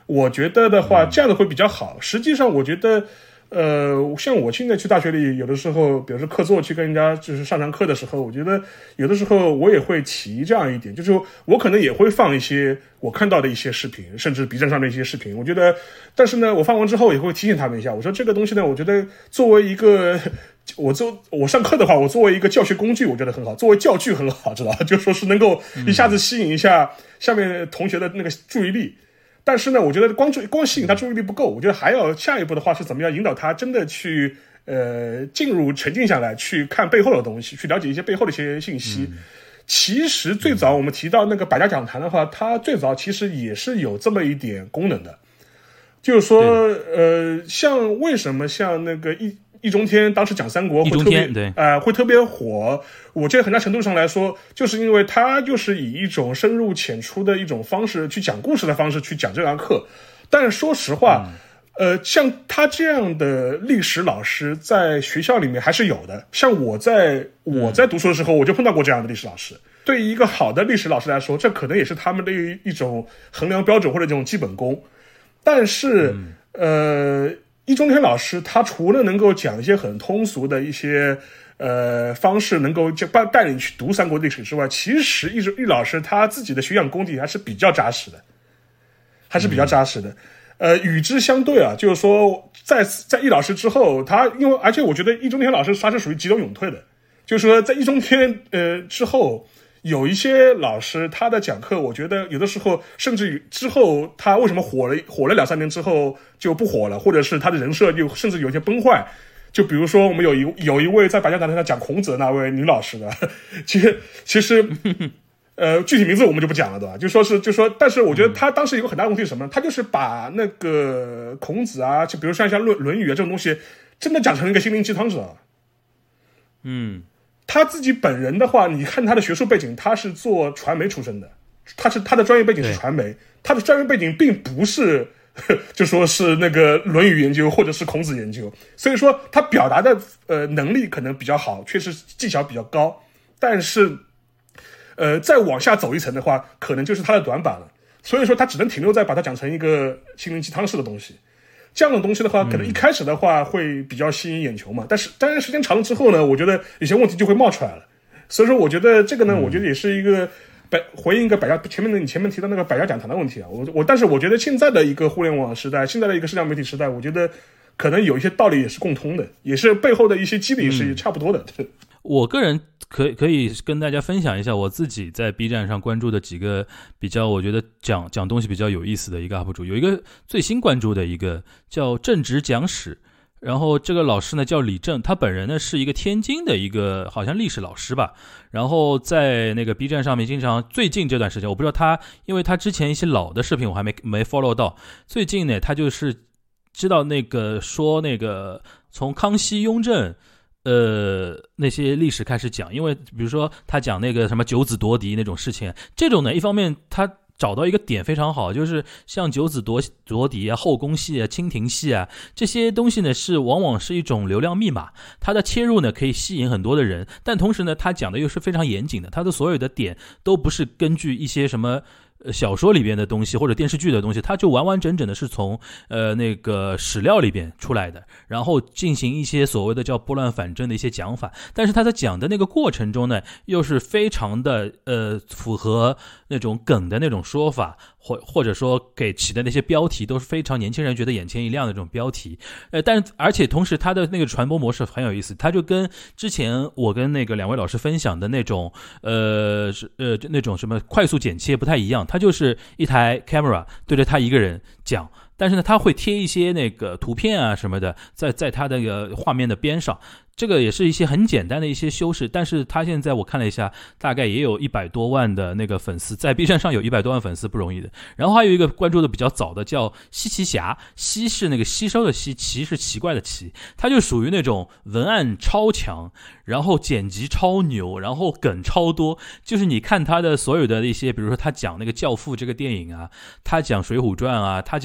我觉得的话，这样的会比较好。实际上，我觉得。呃，像我现在去大学里，有的时候，比如说课座去跟人家就是上上课的时候，我觉得有的时候我也会提这样一点，就是我可能也会放一些我看到的一些视频，甚至 B 站上的一些视频。我觉得，但是呢，我放完之后也会提醒他们一下，我说这个东西呢，我觉得作为一个我做我上课的话，我作为一个教学工具，我觉得很好，作为教具很好，知道吧？就说是能够一下子吸引一下下面同学的那个注意力。但是呢，我觉得光注光吸引他注意力不够，我觉得还要下一步的话是怎么样引导他真的去呃进入沉浸下来，去看背后的东西，去了解一些背后的一些信息。嗯、其实最早我们提到那个百家讲坛的话，它最早其实也是有这么一点功能的，就是说呃，像为什么像那个一。易中天当时讲三国会特别对呃会特别火，我觉得很大程度上来说，就是因为他就是以一种深入浅出的一种方式去讲故事的方式去讲这堂课。但是说实话，嗯、呃，像他这样的历史老师在学校里面还是有的。像我在我在读书的时候，我就碰到过这样的历史老师。对于一个好的历史老师来说，这可能也是他们的一种衡量标准或者这种基本功。但是，嗯、呃。易中天老师他除了能够讲一些很通俗的一些呃方式，能够带领去读三国历史之外，其实易易老师他自己的学养功底还是比较扎实的，还是比较扎实的。呃，与之相对啊，就是说在在易老师之后，他因为而且我觉得易中天老师他是属于急流勇退的，就是说在易中天呃之后。有一些老师他的讲课，我觉得有的时候甚至于之后他为什么火了火了两三年之后就不火了，或者是他的人设就甚至有些崩坏。就比如说我们有一有一位在百家讲坛上讲孔子的那位女老师的，其实其实呃具体名字我们就不讲了，对吧？就说是就说，但是我觉得他当时有个很大的问题是什么？他就是把那个孔子啊，就比如像像论论语啊这种东西，真的讲成一个心灵鸡汤，知道吗？ 嗯。 他自己本人的话，你看他的学术背景，他是做传媒出身的，他是他的专业背景是传媒，他的专业背景并不是就说是那个《论语》研究或者是孔子研究，所以说他表达的呃能力可能比较好，确实技巧比较高，但是呃再往下走一层的话，可能就是他的短板了，所以说他只能停留在把它讲成一个心灵鸡汤式的东西。这样的东西的话，可能一开始的话会比较吸引眼球嘛，嗯、但是当然时间长了之后呢，我觉得有些问题就会冒出来了。所以说，我觉得这个呢，嗯、我觉得也是一个百回应一个百家前面的你前面提到那个百家讲坛的问题啊。我我但是我觉得现在的一个互联网时代，现在的一个社交媒体时代，我觉得可能有一些道理也是共通的，也是背后的一些机理也是差不多的。嗯、 我个人可可以跟大家分享一下我自己在 B 站上关注的几个比较我觉得讲讲东西比较有意思的一个 U P 主，有一个最新关注的一个叫正直讲史，然后这个老师呢叫李正，他本人呢是一个天津的一个好像历史老师吧，然后在那个 B 站上面经常最近这段时间我不知道他，因为他之前一些老的视频我还没没 follow 到，最近呢他就是知道那个说那个从康熙雍正呃，那些历史开始讲，因为比如说他讲那个什么九子夺嫡那种事情，这种呢，一方面他找到一个点非常好，就是像九子夺夺嫡啊、后宫戏啊、清廷戏啊这些东西呢，是往往是一种流量密码，它的切入呢可以吸引很多的人，但同时呢，他讲的又是非常严谨的，他的所有的点都不是根据一些什么。呃，小说里边的东西或者电视剧的东西，它就完完整整的是从呃那个史料里边出来的，然后进行一些所谓的叫拨乱反正的一些讲法，但是他在讲的那个过程中呢，又是非常的呃符合那种梗的那种说法，或或者说给起的那些标题都是非常年轻人觉得眼前一亮的这种标题，呃，但而且同时他的那个传播模式很有意思，他就跟之前我跟那个两位老师分享的那种呃呃那种什么快速剪切不太一样。他就是一台 camera 对着他一个人讲，但是呢，他会贴一些那个图片啊什么的，在在他那个画面的边上。这个也是一些很简单的一些修饰，但是他现在我看了一下，大概也有一百多万的那个粉丝，在 B 站上有一百多万粉丝不容易的。然后还有一个关注的比较早的叫西奇侠，西是那个吸收的西，奇是奇怪的奇，他就属于那种文案超强，然后剪辑超牛，然后梗超多，就是你看他的所有的一些，比如说他讲那个教父这个电影啊，他讲水浒传啊，他讲西游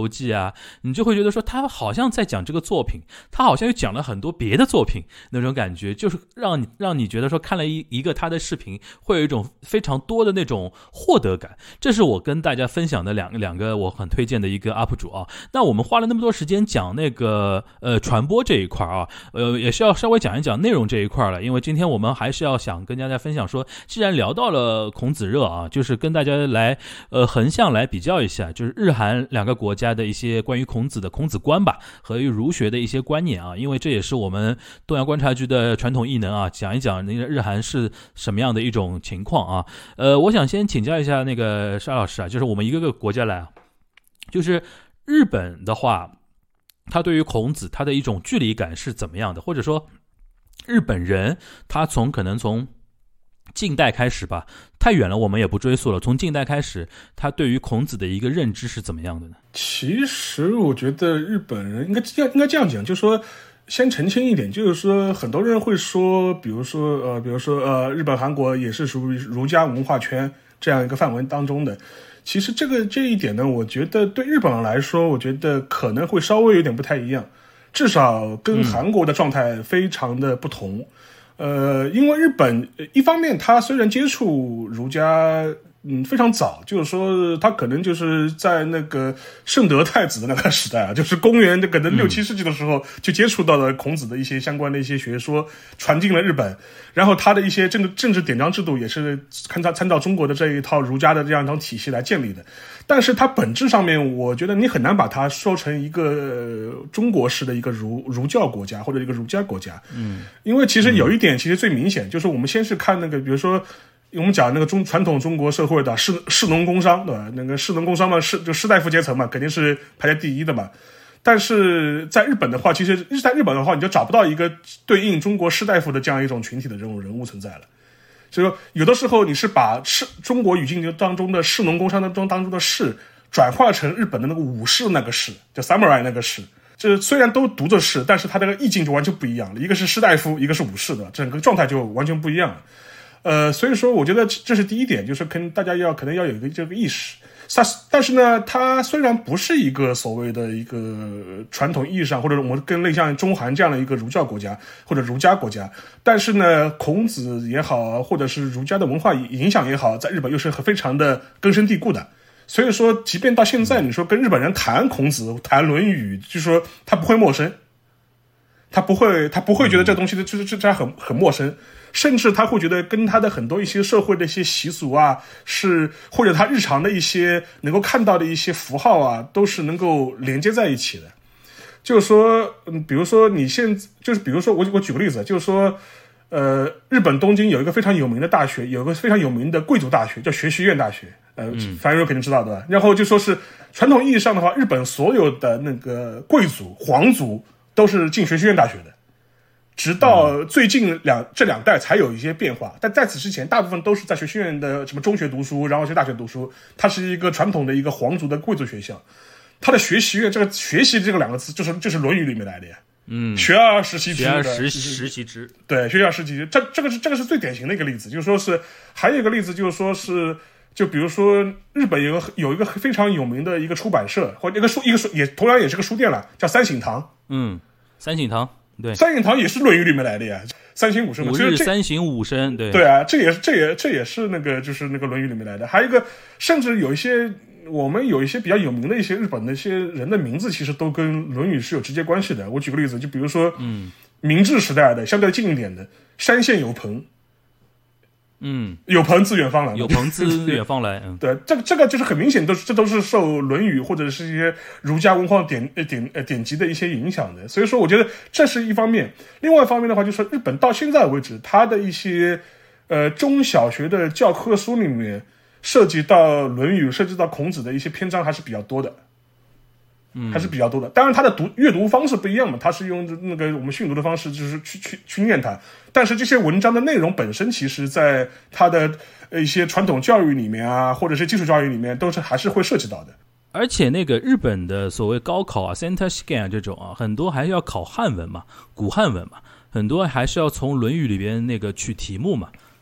游记》啊，你就会觉得说他好像在讲这个作品，他好像又讲了很多别的作品，那种感觉就是让你让你觉得说看了一一个他的视频会有一种非常多的那种获得感。这是我跟大家分享的两个两个我很推荐的一个 U P 主啊。那我们花了那么多时间讲那个呃传播这一块啊，呃也是要稍微讲一讲内容这一块了，因为今天我们还是要想跟大家分享说，既然聊到了孔子热啊，就是跟大家来呃横向来比较一下，就是日韩两个国家的一些关于孔子的孔子观吧，和儒学的一些观念啊，因为这也是我们东亚观察局的传统艺能啊，讲一讲那个日韩是什么样的一种情况啊。呃，我想先请教一下那个沙老师啊，就是我们一个个国家来啊，就是日本的话，他对于孔子他的一种距离感是怎么样的，或者说日本人他从可能从近代开始吧，太远了我们也不追溯了，从近代开始他对于孔子的一个认知是怎么样的呢？ 其实我觉得日本人应该应该这样讲，就是说先澄清一点，就是说很多人会说，比如说呃比如说呃日本韩国也是属于儒家文化圈这样一个范围当中的。其实这个这一点呢，我觉得对日本人来说，我觉得可能会稍微有点不太一样，至少跟韩国的状态非常的不同。嗯呃，因为日本一方面他虽然接触儒家嗯非常早，就是说他可能就是在那个圣德太子的那个时代啊，就是公元可能六七世纪的时候就接触到了孔子的一些相关的一些学说，传进了日本，然后他的一些政治政治典章制度也是参照参照中国的这一套儒家的这样一套体系来建立的。但是它本质上面，我觉得你很难把它说成一个中国式的一个儒儒教国家或者一个儒家国家。嗯，因为其实有一点其实最明显，就是我们先是看那个，比如说我们讲那个中传统中国社会的士士农工商，对吧？那个士农工商嘛，士就士大夫阶层嘛，肯定是排在第一的嘛。但是在日本的话，其实在日本的话，你就找不到一个对应中国士大夫的这样一种群体的这种人物存在了。所以说，有的时候你是把士中国语境当中的士农工商当中当中的士转化成日本的那个武士那个士，叫 samurai 那个士。这虽然都读着士，但是它这个意境就完全不一样了，一个是士大夫，一个是武士的，整个状态就完全不一样了。呃，所以说我觉得这是第一点，就是跟大家要可能要有一个这个意识。但是呢，它虽然不是一个所谓的一个传统意义上，或者我们更类像中韩这样的一个儒教国家或者儒家国家，但是呢，孔子也好，或者是儒家的文化影响也好，在日本又是非常的根深蒂固的。所以说，即便到现在，你说跟日本人谈孔子、谈论语，就说他不会陌生，他不会，他不会觉得这东西就是这这很很陌生。甚至他会觉得跟他的很多一些社会的一些习俗啊，是或者他日常的一些能够看到的一些符号啊，都是能够连接在一起的。就是说，嗯，比如说你现就是比如说我我举个例子，就是说，呃，日本东京有一个非常有名的大学，有一个非常有名的贵族大学，叫学习院大学，呃，樊瑞肯定知道的吧？然后就说是传统意义上的话，日本所有的那个贵族皇族都是进学习院大学的。直到最近两这两代才有一些变化，但在此之前，大部分都是在学习院的什么中学读书，然后去大学读书。它是一个传统的一个皇族的贵族学校。它的学习院，这个学习这个两个字，就是就是《论语》里面来的呀。嗯，学而时习之， 学而时时习之， 对，学而时习之。这这个是这个是最典型的一个例子，就是说是还有一个例子，就是说是就比如说日本有个有一个非常有名的一个出版社，或一个书一个书也同样也是个书店了，叫三省堂。 嗯，三省堂。对， 三省堂也是《论语》里面来的呀，三省吾身嘛， 五日三省吾身，对对啊，这也是这也这也是那个就是那个《论语》里面来的。还有一个，甚至有一些我们有一些比较有名的一些日本的一些人的名字，其实都跟《论语》是有直接关系的。我举个例子，就比如说，嗯，明治时代的相对近一点的山县有朋。嗯，有朋自远方来， 有朋自远方来。嗯， 对，这个这个就是很明显，都这都是受《论语》或者是一些儒家文化典典呃典籍的一些影响的。所以说，我觉得这是一方面。另外一方面的话，就是日本到现在为止，它的一些呃中小学的教科书里面涉及到《论语》、涉及到孔子的一些篇章还是比较多的。嗯，还是比较多的。当然，它的读阅读方式不一样嘛，它是用那个我们训读的方式，就是去去去念它。但是这些文章的内容本身，其实在它的一些传统教育里面啊，或者是基础教育里面，都是还是会涉及到的。 而且那个日本的所谓高考啊 ，Center Scan 这种啊，很多还是要考汉文嘛，古汉文嘛，很多还是要从《论语》里边那个取题目嘛。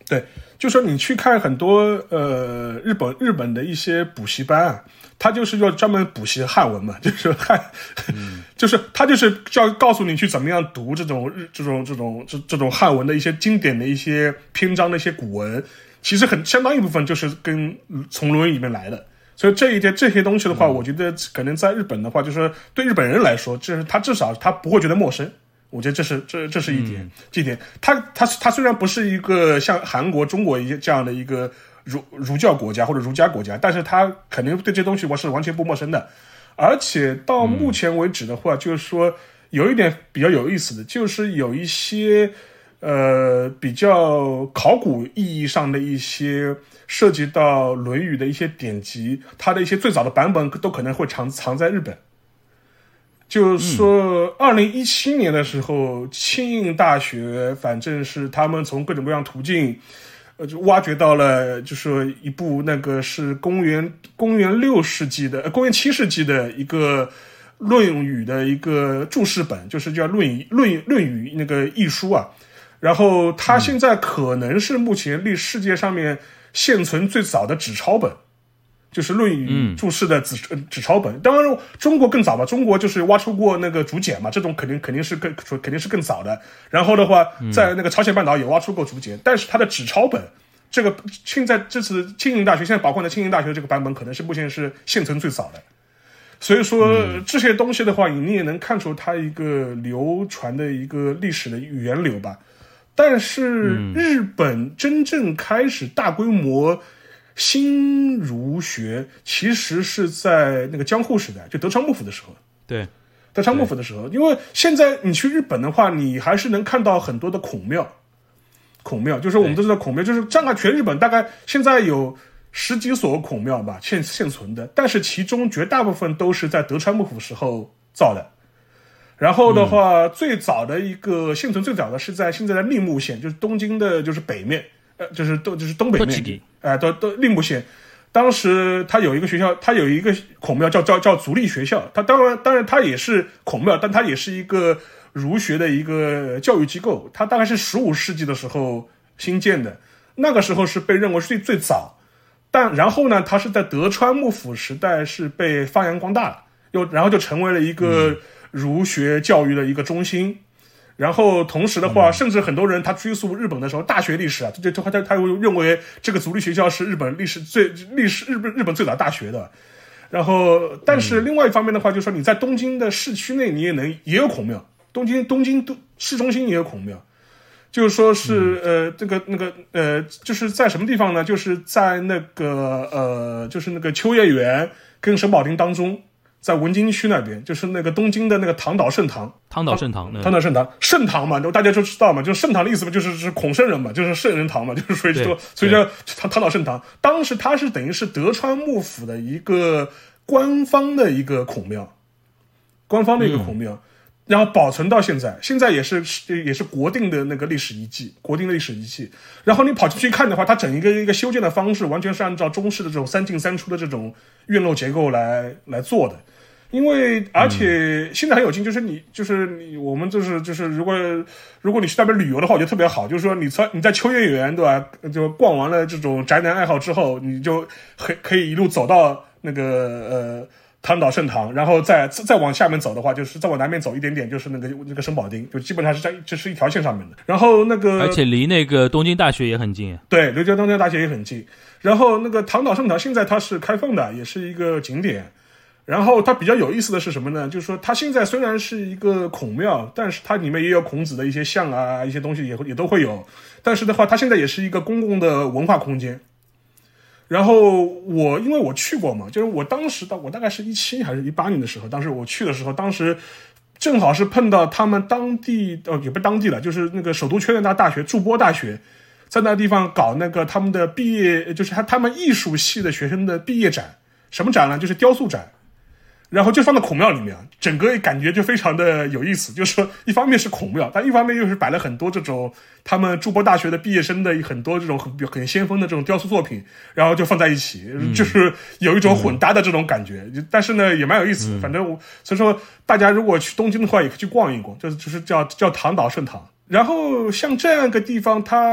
对，就说你去看很多呃日本日本的一些补习班啊，他就是要专门补习汉文嘛，就是汉，嗯、就是他就是要告诉你去怎么样读这种日这种这种这这种汉文的一些经典的一些篇章的一些古文，其实很相当一部分就是跟从《论语》里面来的。所以这一点这些东西的话，我觉得可能在日本的话，就是对日本人来说，就是他至少他不会觉得陌生。我觉得这是这这是一点，嗯、这一点。他他他虽然不是一个像韩国、中国一这样的一个儒儒教国家或者儒家国家，但是他肯定对这东西我是完全不陌生的。而且到目前为止的话，嗯、就是说有一点比较有意思的，就是有一些呃比较考古意义上的一些涉及到《论语》的一些典籍，它的一些最早的版本都可能会藏藏在日本。就是说，二零一七年的时候，庆应大学反正是他们从各种各样途径，呃，就挖掘到了，就说一部那个是公元公元六世纪的，呃，公元七世纪的一个《论语》的一个注释本，就是叫《论语论论语》那个译书啊。然后它现在可能是目前历世界上面现存最早的纸钞本。就是《论语》注释的纸、嗯、纸钞本，当然中国更早吧，中国就是挖出过那个竹简嘛，这种肯定肯定是更肯定是更早的。然后的话，在那个朝鲜半岛也挖出过竹简，但是它的纸钞本，这个现在这次庆应大学现在保管的庆应大学这个版本，可能是目前是现存最早的。所以说、嗯、这些东西的话，你也能看出它一个流传的一个历史的源流吧。但是日本真正开始大规模新儒学其实是在那个江户时代，就德川幕府的时候。 对， 德川幕府的时候，因为现在你去日本的话，你还是能看到很多的孔庙。孔庙就是我们都知道孔庙，就是占了全日本大概现在有十几所孔庙吧，现现存的，但是其中绝大部分都是在德川幕府时候造的。然后的话、嗯、最早的一个现存最早的是在现在的立木县，就是东京的就是北面，呃，就是东就是东北面，哎、呃，都都立木县。当时他有一个学校，他有一个孔庙叫叫叫足利学校，他当然当然他也是孔庙，但他也是一个儒学的一个教育机构，他大概是十五世纪的时候新建的，那个时候是被认为是最最早。但然后呢，他是在德川幕府时代是被发扬光大了，又然后就成为了一个儒学教育的一个中心。嗯，然后同时的话、嗯、甚至很多人他追溯日本的时候大学历史啊，他他他会认为这个足利学校是日本历史最历史日本日本最早大学的。然后但是另外一方面的话、嗯、就是说你在东京的市区内你也能也有孔庙，东京东京都市中心也有孔庙。就是说是、嗯、呃这个那个呃就是在什么地方呢，就是在那个呃就是那个秋叶原跟神保町当中，在文京区那边，就是那个东京的那个唐岛圣堂， 唐岛圣堂， 唐岛圣堂，圣堂嘛，大家都知道嘛，就是圣堂的意思嘛，就是是孔圣人嘛，就是圣人堂嘛，就是所以说，所以叫唐唐岛圣堂。当时它是等于是德川幕府的一个官方的一个孔庙，官方的一个孔庙，嗯、然后保存到现在，现在也是也是国定的那个历史遗迹，国定的历史遗迹。然后你跑进去看的话，它整一个一个修建的方式，完全是按照中式的这种三进三出的这种院落结构来来做的。因为而且现在很有劲，就是你就是你我们就是就是如果如果你去那边旅游的话，我觉得特别好，就是说你在你在秋叶原对吧，就逛完了这种宅男爱好之后，你就可可以一路走到那个呃唐岛圣堂，然后再再往下面走的话，就是再往南面走一点点，就是那个那个神保町，就基本上是在这是一条线上面的。然后那个而且离那个东京大学也很近， 对，离东京大学也很近。然后那个唐岛圣堂现在它是开放的，也是一个景点。然后它比较有意思的是什么呢？就是说它现在虽然是一个孔庙，但是它里面也有孔子的一些像啊，一些东西也也都会有。但是的话，它现在也是一个公共的文化空间。然后我因为我去过嘛，就是我当时到我大概是一七还是一八年的时候，当时我去的时候，当时正好是碰到他们当地呃也不当地了，就是那个首都圈的大学筑波大学，在那个地方搞那个他们的毕业，就是他他们艺术系的学生的毕业展。什么展呢？就是雕塑展。然后就放在孔庙里面，整个感觉就非常的有意思。就是说，一方面是孔庙，但一方面又是摆了很多这种他们筑波大学的毕业生的很多这种很很先锋的这种雕塑作品，然后就放在一起，嗯、就是有一种混搭的这种感觉。嗯、但是呢，也蛮有意思的。反正我所以说，大家如果去东京的话，也可以去逛一逛，就是就是叫叫唐岛圣堂。然后像这样一个地方，它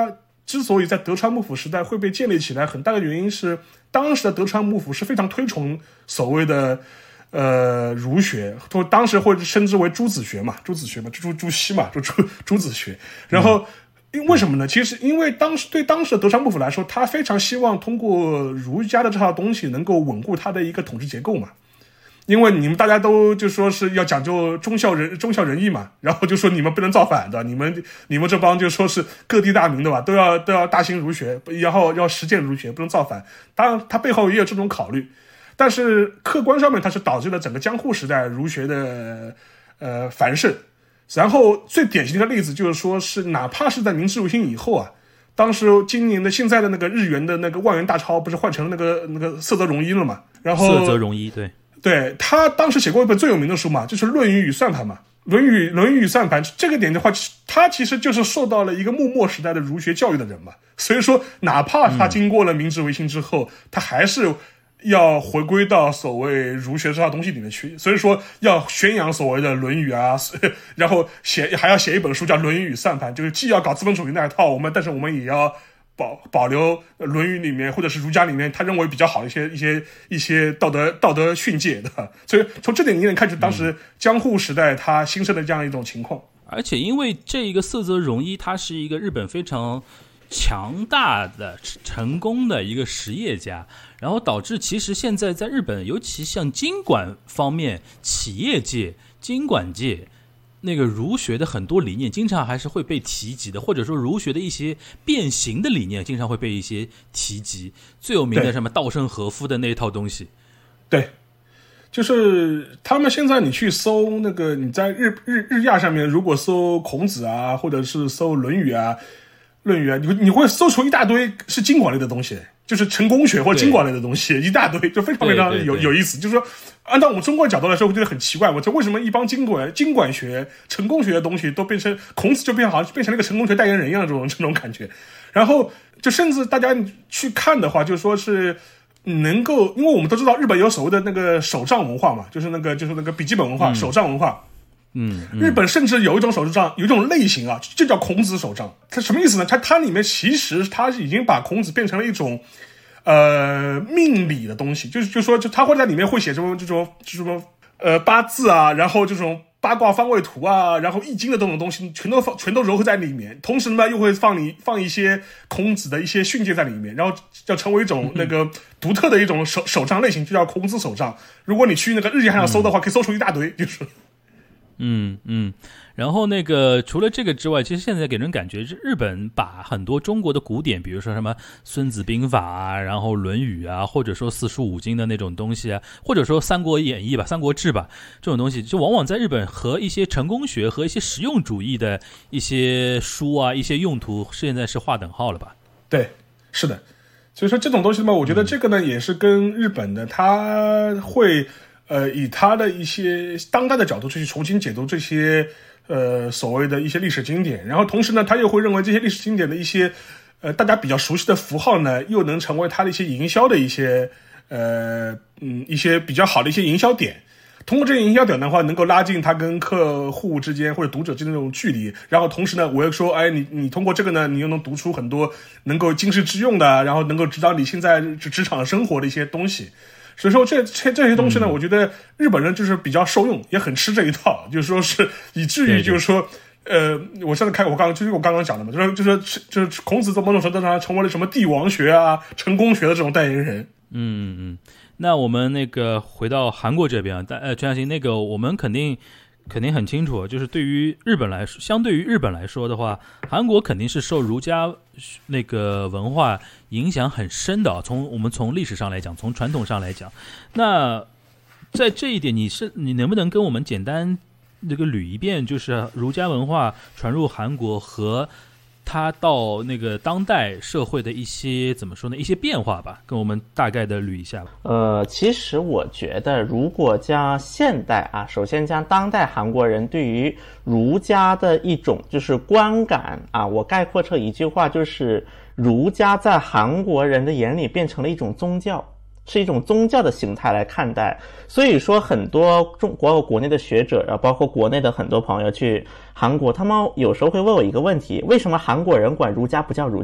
之所以在德川幕府时代会被建立起来，很大的原因是当时的德川幕府是非常推崇所谓的呃儒学，当时会称之为朱子学嘛，朱子学嘛，朱朱熹嘛，朱朱朱子学。然后因为什么呢？其实因为当时对当时的德川幕府来说，他非常希望通过儒家的这套东西能够稳固他的一个统治结构嘛。因为你们大家都就说是要讲究忠孝仁忠孝仁义嘛，然后就说你们不能造反的，你们你们这帮就说是各地大名的吧，都要都要大兴儒学，然后要实践儒学，不能造反。当然，它背后也有这种考虑，但是客观上面它是导致了整个江户时代儒学的呃繁盛。然后最典型的例子就是说是哪怕是在明治维新以后啊，当时今年的现在的那个日元的那个万元大钞不是换成那个那个色泽荣一了嘛？然后色泽荣一对。 对，他当时写过一本最有名的书嘛，就是《论语与算盘》嘛，《论语》《论语与算盘》这个点的话，他其实就是受到了一个幕末时代的儒学教育的人嘛，所以说哪怕他经过了明治维新之后，嗯、他还是要回归到所谓儒学这套东西里面去，所以说要宣扬所谓的《论语》啊，然后写还要写一本书叫《论语与算盘》，就是既要搞资本主义那一套，我们但是我们也要。保保留《论语》里面或者是儒家里面他认为比较好的一些一些一些道德道德训诫的，所以从这点你能看出当时江户时代它兴盛的这样一种情况。 而且因为这个色泽荣一他是一个日本非常强大的成功的一个实业家，然后导致其实现在在日本尤其像经管方面企业界经管界那个儒学的很多理念经常还是会被提及的，或者说儒学的一些变形的理念经常会被一些提及，最有名的什么稻盛和夫的那一套东西。 对，就是他们现在你去搜那个你在日日日亚上面如果搜孔子啊，或者是搜论语啊论语啊，你你会搜出一大堆是经管类的东西，就是成功学或者经管类的东西一大堆，就非常非常有有意思。就是说按照我们中国角度来说，我觉得很奇怪，我说为什么一帮经管经管学成功学的东西都变成孔子就变好像变成了一个成功学代言人一样的这种这种感觉。然后就甚至大家去看的话，就是说是能够，因为我们都知道日本有所谓的那个手账文化嘛，就是那个就是那个笔记本文化、嗯、手账文化。 嗯, 嗯， 日本甚至有一种手账，有一种类型啊，就叫孔子手账。它什么意思呢？它它里面其实它已经把孔子变成了一种呃命理的东西，就是就说就他会在里面会写什么这种这种呃八字啊，然后这种八卦方位图啊，然后易经的这种东西全都放全都糅合在里面，同时呢又会放你放一些孔子的一些训诫在里面，然后要成为一种那个独特的一种手手账类型，就叫孔子手账。如果你去那个日记上搜的话，可以搜出一大堆，就是。 嗯嗯，然后那个除了这个之外，其实现在给人感觉是日本把很多中国的古典，比如说什么孙子兵法啊，然后论语啊，或者说四书五经的那种东西啊，或者说三国演义吧、三国志吧，这种东西就往往在日本和一些成功学和一些实用主义的一些书啊、一些用途现在是划等号了吧？ 对，是的。所以说这种东西嘛，我觉得这个呢、嗯、也是跟日本的他会呃，以他的一些当代的角度去重新解读这些呃所谓的一些历史经典，然后同时呢，他又会认为这些历史经典的一些呃大家比较熟悉的符号呢，又能成为他的一些营销的一些呃嗯一些比较好的一些营销点。通过这些营销点的话，能够拉近他跟客户之间或者读者之间的这种距离，然后同时呢，我又说，哎，你你通过这个呢，你又能读出很多能够经世致用的，然后能够指导你现在职场生活的一些东西。所以说这这这些东西呢、嗯，我觉得日本人就是比较受用，也很吃这一套，就是说是以至于就是说，呃，我上次看我刚刚就是我刚刚讲的嘛，就是就是就是孔子在某种程度上成为了什么帝王学啊、成功学的这种代言人。 嗯嗯，那我们那个回到韩国这边啊，但呃，全小新那个我们肯定。肯定很清楚，就是对于日本来说，相对于日本来说的话，韩国肯定是受儒家那个文化影响很深的。从我们从历史上来讲，从传统上来讲，那在这一点，你是你能不能跟我们简单这个捋一遍，就是儒家文化传入韩国和它到那个当代社会的一些怎么说呢？一些变化吧，跟我们大概的捋一下吧。 呃，其实我觉得，如果将现代啊，首先将当代韩国人对于儒家的一种就是观感啊，我概括成一句话，就是儒家在韩国人的眼里变成了一种宗教。是一种宗教的形态来看待，所以说很多中国国内的学者啊，包括国内的很多朋友去韩国，他们有时候会问我一个问题：为什么韩国人管儒家不叫儒家？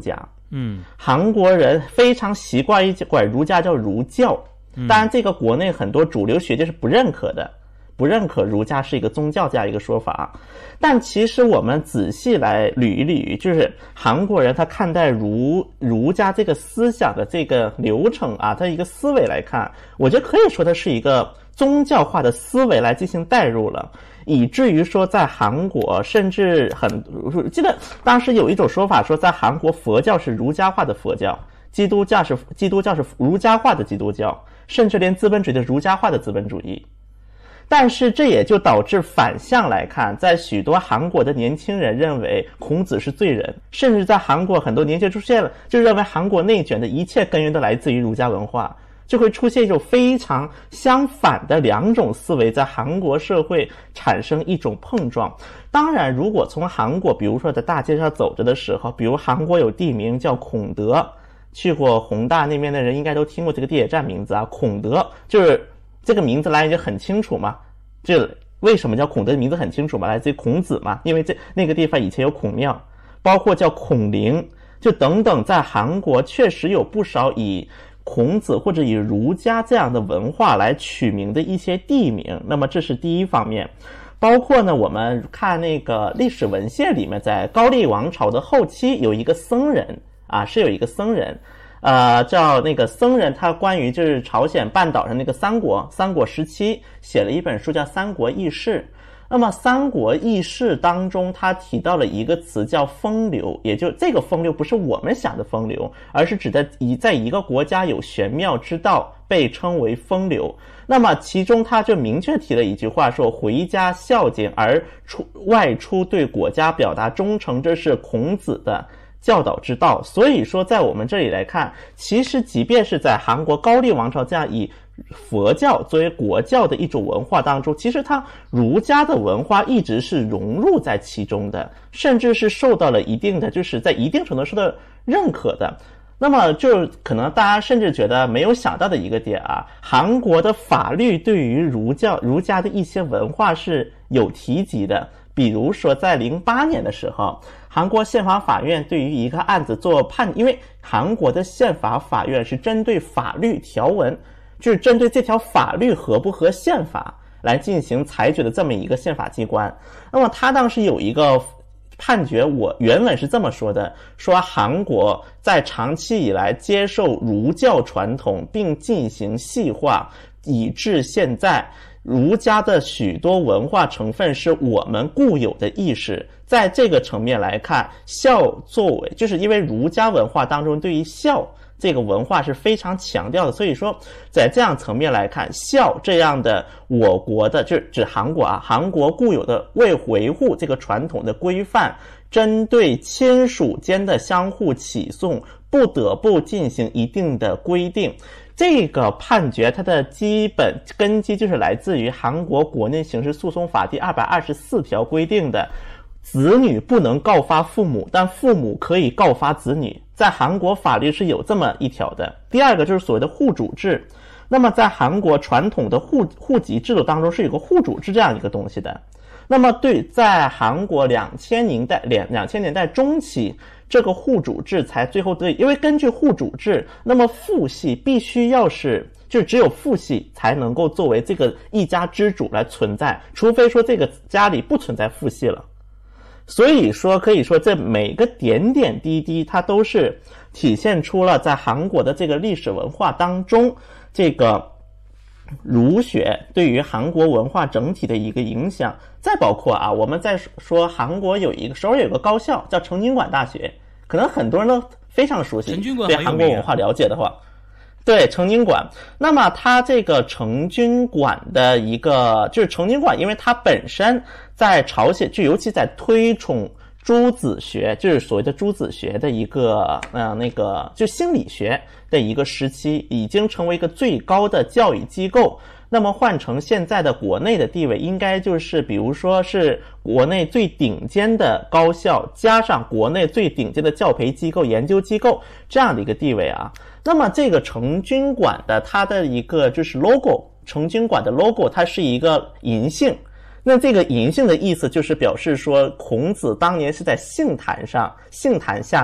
嗯， 韩国人非常习惯于管儒家叫儒教，当然这个国内很多主流学界是不认可的，不认可儒家是一个宗教这样一个说法。但其实我们仔细来捋一捋，就是韩国人他看待儒儒家这个思想的这个流程啊，他一个思维来看，我觉得可以说它是一个宗教化的思维来进行带入了，以至于说在韩国甚至很记得当时有一种说法说，在韩国佛教是儒家化的佛教，基督教是基督教是儒家化的基督教，甚至连资本主义的儒家化的资本主义。但是这也就导致反向来看，在许多韩国的年轻人认为孔子是罪人，甚至在韩国很多年轻人出现了就认为韩国内卷的一切根源都来自于儒家文化，就会出现一种非常相反的两种思维在韩国社会产生一种碰撞。当然如果从韩国比如说在大街上走着的时候，比如韩国有地名叫孔德，去过弘大那边的人应该都听过这个地铁站名字啊，孔德就是这个名字来源就很清楚嘛，这为什么叫孔德的名字很清楚嘛，来自于孔子嘛，因为这那个地方以前有孔庙，包括叫孔陵，就等等，在韩国确实有不少以孔子或者以儒家这样的文化来取名的一些地名。那么这是第一方面，包括呢我们看那个历史文献里面，在高丽王朝的后期有一个僧人啊，是有一个僧人呃，叫那个僧人，他关于就是朝鲜半岛上那个三国三国时期写了一本书叫《三国轶事》。那么《三国轶事》当中，他提到了一个词叫风流，也就这个风流不是我们想的风流，而是指的以在一个国家有玄妙之道被称为风流。那么其中他就明确提了一句话说，回家孝敬而出外出对国家表达忠诚，这是孔子的教导之道。所以说在我们这里来看，其实即便是在韩国高丽王朝这样以佛教作为国教的一种文化当中，其实它儒家的文化一直是融入在其中的，甚至是受到了一定的就是在一定程度上的认可的。那么就可能大家甚至觉得没有想到的一个点啊，韩国的法律对于儒教儒家的一些文化是有提及的。比如说在零八年的时候，韩国宪法法院对于一个案子做判，因为韩国的宪法法院是针对法律条文，就是针对这条法律合不合宪法来进行裁决的这么一个宪法机关。那么他当时有一个判决，我原文是这么说的，说韩国在长期以来接受儒教传统并进行细化，以致现在儒家的许多文化成分是我们固有的意识。在这个层面来看，孝作为就是因为儒家文化当中对于孝这个文化是非常强调的，所以说在这样层面来看，孝这样的我国的就是指韩国啊，韩国固有的为维护这个传统的规范，针对亲属间的相互起诉不得不进行一定的规定。这个判决它的基本根基就是来自于韩国国内刑事诉讼法第二百二十四条规定的，子女不能告发父母，但父母可以告发子女，在韩国法律是有这么一条的。第二个就是所谓的户主制，那么在韩国传统的户户籍制度当中是有个户主制这样一个东西的。那么对，在韩国两千年代两两千年代中期，这个户主制才最后得以，因为根据户主制，那么父系必须要是就是只有父系才能够作为这个一家之主来存在，除非说这个家里不存在父系了。所以说可以说这每个点点滴滴它都是体现出了在韩国的这个历史文化当中，这个儒学对于韩国文化整体的一个影响。再包括啊，我们在说韩国有一个首尔有个高校叫成均馆大学，可能很多人都非常熟悉， 成均馆对韩国文化了解的话，对成均馆。那么它这个成均馆的一个就是成均馆，因为它本身在朝鲜，就尤其在推崇朱子学，就是所谓的朱子学的一个呃那个就心理学的一个时期，已经成为一个最高的教育机构。那么换成现在的国内的地位，应该就是比如说是国内最顶尖的高校加上国内最顶尖的教培机构研究机构这样的一个地位啊。那么这个成均馆的它的一个就是 logo， 成均馆的 logo 它是一个银杏，那这个银杏的意思就是表示说孔子当年是在杏坛上杏坛下面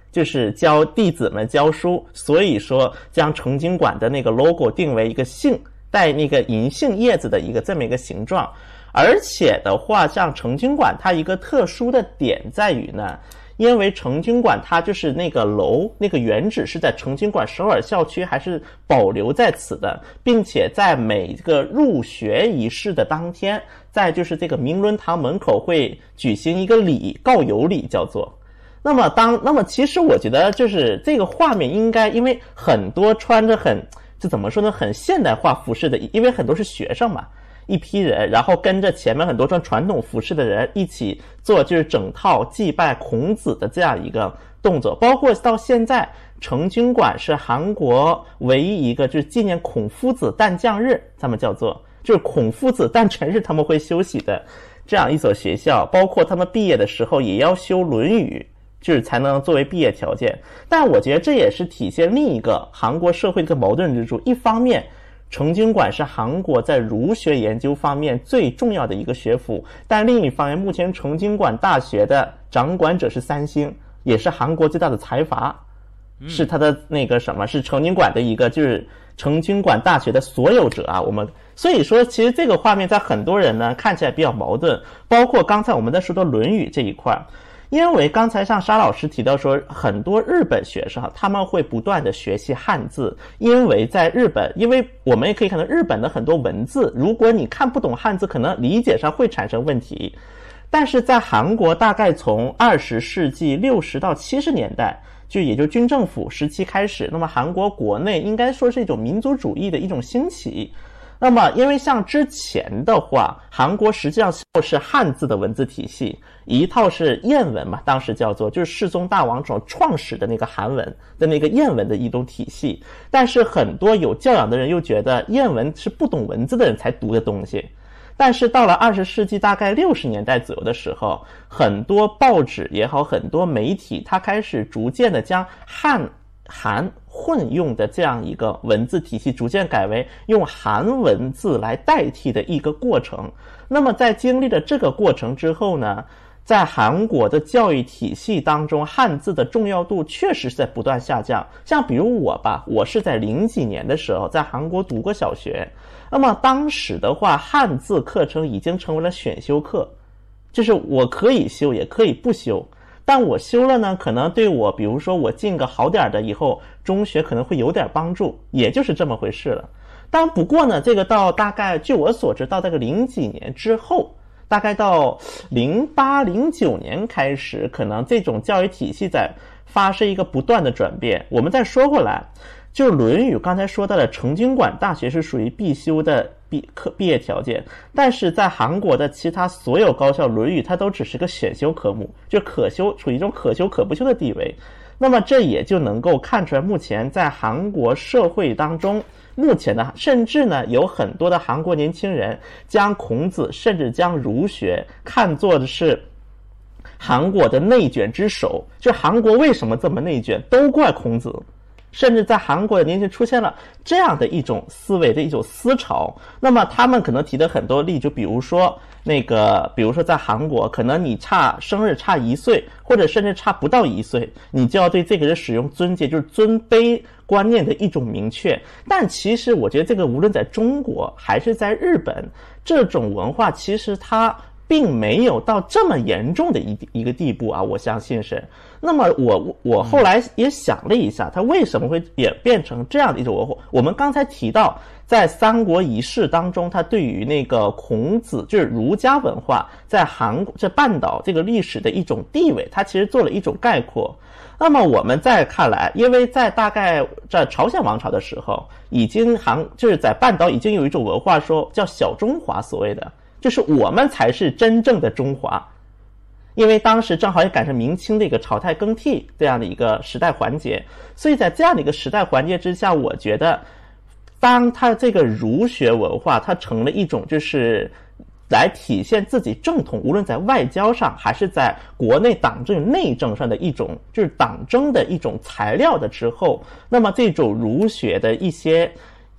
就是教弟子们教书，所以说将成经馆的那个 logo 定为一个杏，带那个银杏叶子的一个这么一个形状。而且的话，像成经馆它一个特殊的点在于呢，因为成经馆它就是那个楼那个原址是在成经馆首尔校区还是保留在此的，并且在每个入学仪式的当天，在就是这个明伦堂门口会举行一个礼，告友礼叫做。那么当那么其实我觉得就是这个画面应该，因为很多穿着很这怎么说呢，很现代化服饰的，因为很多是学生嘛，一批人，然后跟着前面很多穿传统服饰的人一起做就是整套祭拜孔子的这样一个动作。包括到现在成经馆是韩国唯一一个就是纪念孔夫子诞降日，他们叫做就是孔夫子诞辰日他们会休息的这样一所学校。包括他们毕业的时候也要修论语，就是才能作为毕业条件。但我觉得这也是体现另一个韩国社会的矛盾之处，一方面成经馆是韩国在儒学研究方面最重要的一个学府，但另一方面目前成经馆大学的掌管者是三星，也是韩国最大的财阀，是他的那个什么是成经馆的一个就是成经馆大学的所有者啊。我们所以说其实这个画面在很多人呢看起来比较矛盾，包括刚才我们在说的论语这一块。因为刚才像沙老师提到说，很多日本学生他们会不断的学习汉字，因为在日本，因为我们也可以看到日本的很多文字，如果你看不懂汉字，可能理解上会产生问题。但是在韩国，大概从二十世纪六十到七十年代，就也就军政府时期开始，那么韩国国内应该说是一种民族主义的一种兴起。那么因为像之前的话，韩国实际上是汉字的文字体系，一套是谚文嘛，当时叫做就是世宗大王所创始的那个韩文的那个谚文的一种体系。但是很多有教养的人又觉得谚文是不懂文字的人才读的东西。但是到了二十世纪大概六十年代左右的时候，很多报纸也好，很多媒体它开始逐渐的将汉韩混用的这样一个文字体系逐渐改为用韩文字来代替的一个过程。那么在经历了这个过程之后呢，在韩国的教育体系当中，汉字的重要度确实是在不断下降。像比如我吧，我是在零几年的时候在韩国读过小学，那么当时的话，汉字课程已经成为了选修课，就是我可以修也可以不修，但我修了呢，可能对我比如说我进个好点的以后中学可能会有点帮助，也就是这么回事了。但不过呢，这个到大概据我所知到这个零几年之后，大概到零八零九年开始，可能这种教育体系在发生一个不断的转变。我们再说回来，就论语刚才说到的成经馆大学是属于必修的毕课毕业条件，但是在韩国的其他所有高校，论语它都只是个选修科目，就可修，处于一种可修可不修的地位。那么这也就能够看出来，目前在韩国社会当中，目前的甚至呢有很多的韩国年轻人将孔子甚至将儒学看作的是韩国的内卷之首，就韩国为什么这么内卷都怪孔子。甚至在韩国的年轻人出现了这样的一种思维的一种思潮。那么他们可能提的很多例，就比如说那个比如说在韩国，可能你差生日差一岁，或者甚至差不到一岁，你就要对这个人使用尊敬，就是尊卑观念的一种明确。但其实我觉得这个无论在中国还是在日本，这种文化其实它并没有到这么严重的一一个地步啊，我相信是。那么我我后来也想了一下，它为什么会演变成这样的一种文化？我们刚才提到，在三国仪式当中，它对于那个孔子就是儒家文化在韩国这半岛这个历史的一种地位，它其实做了一种概括。那么我们再看来，因为在大概在朝鲜王朝的时候，已经韩就是在半岛已经有一种文化说叫小中华，所谓的就是我们才是真正的中华。因为当时正好也赶上明清的一个朝代更替这样的一个时代环节，所以在这样的一个时代环节之下，我觉得当它这个儒学文化它成了一种就是来体现自己正统，无论在外交上还是在国内党政内政上的一种就是党争的一种材料的之后，那么这种儒学的一些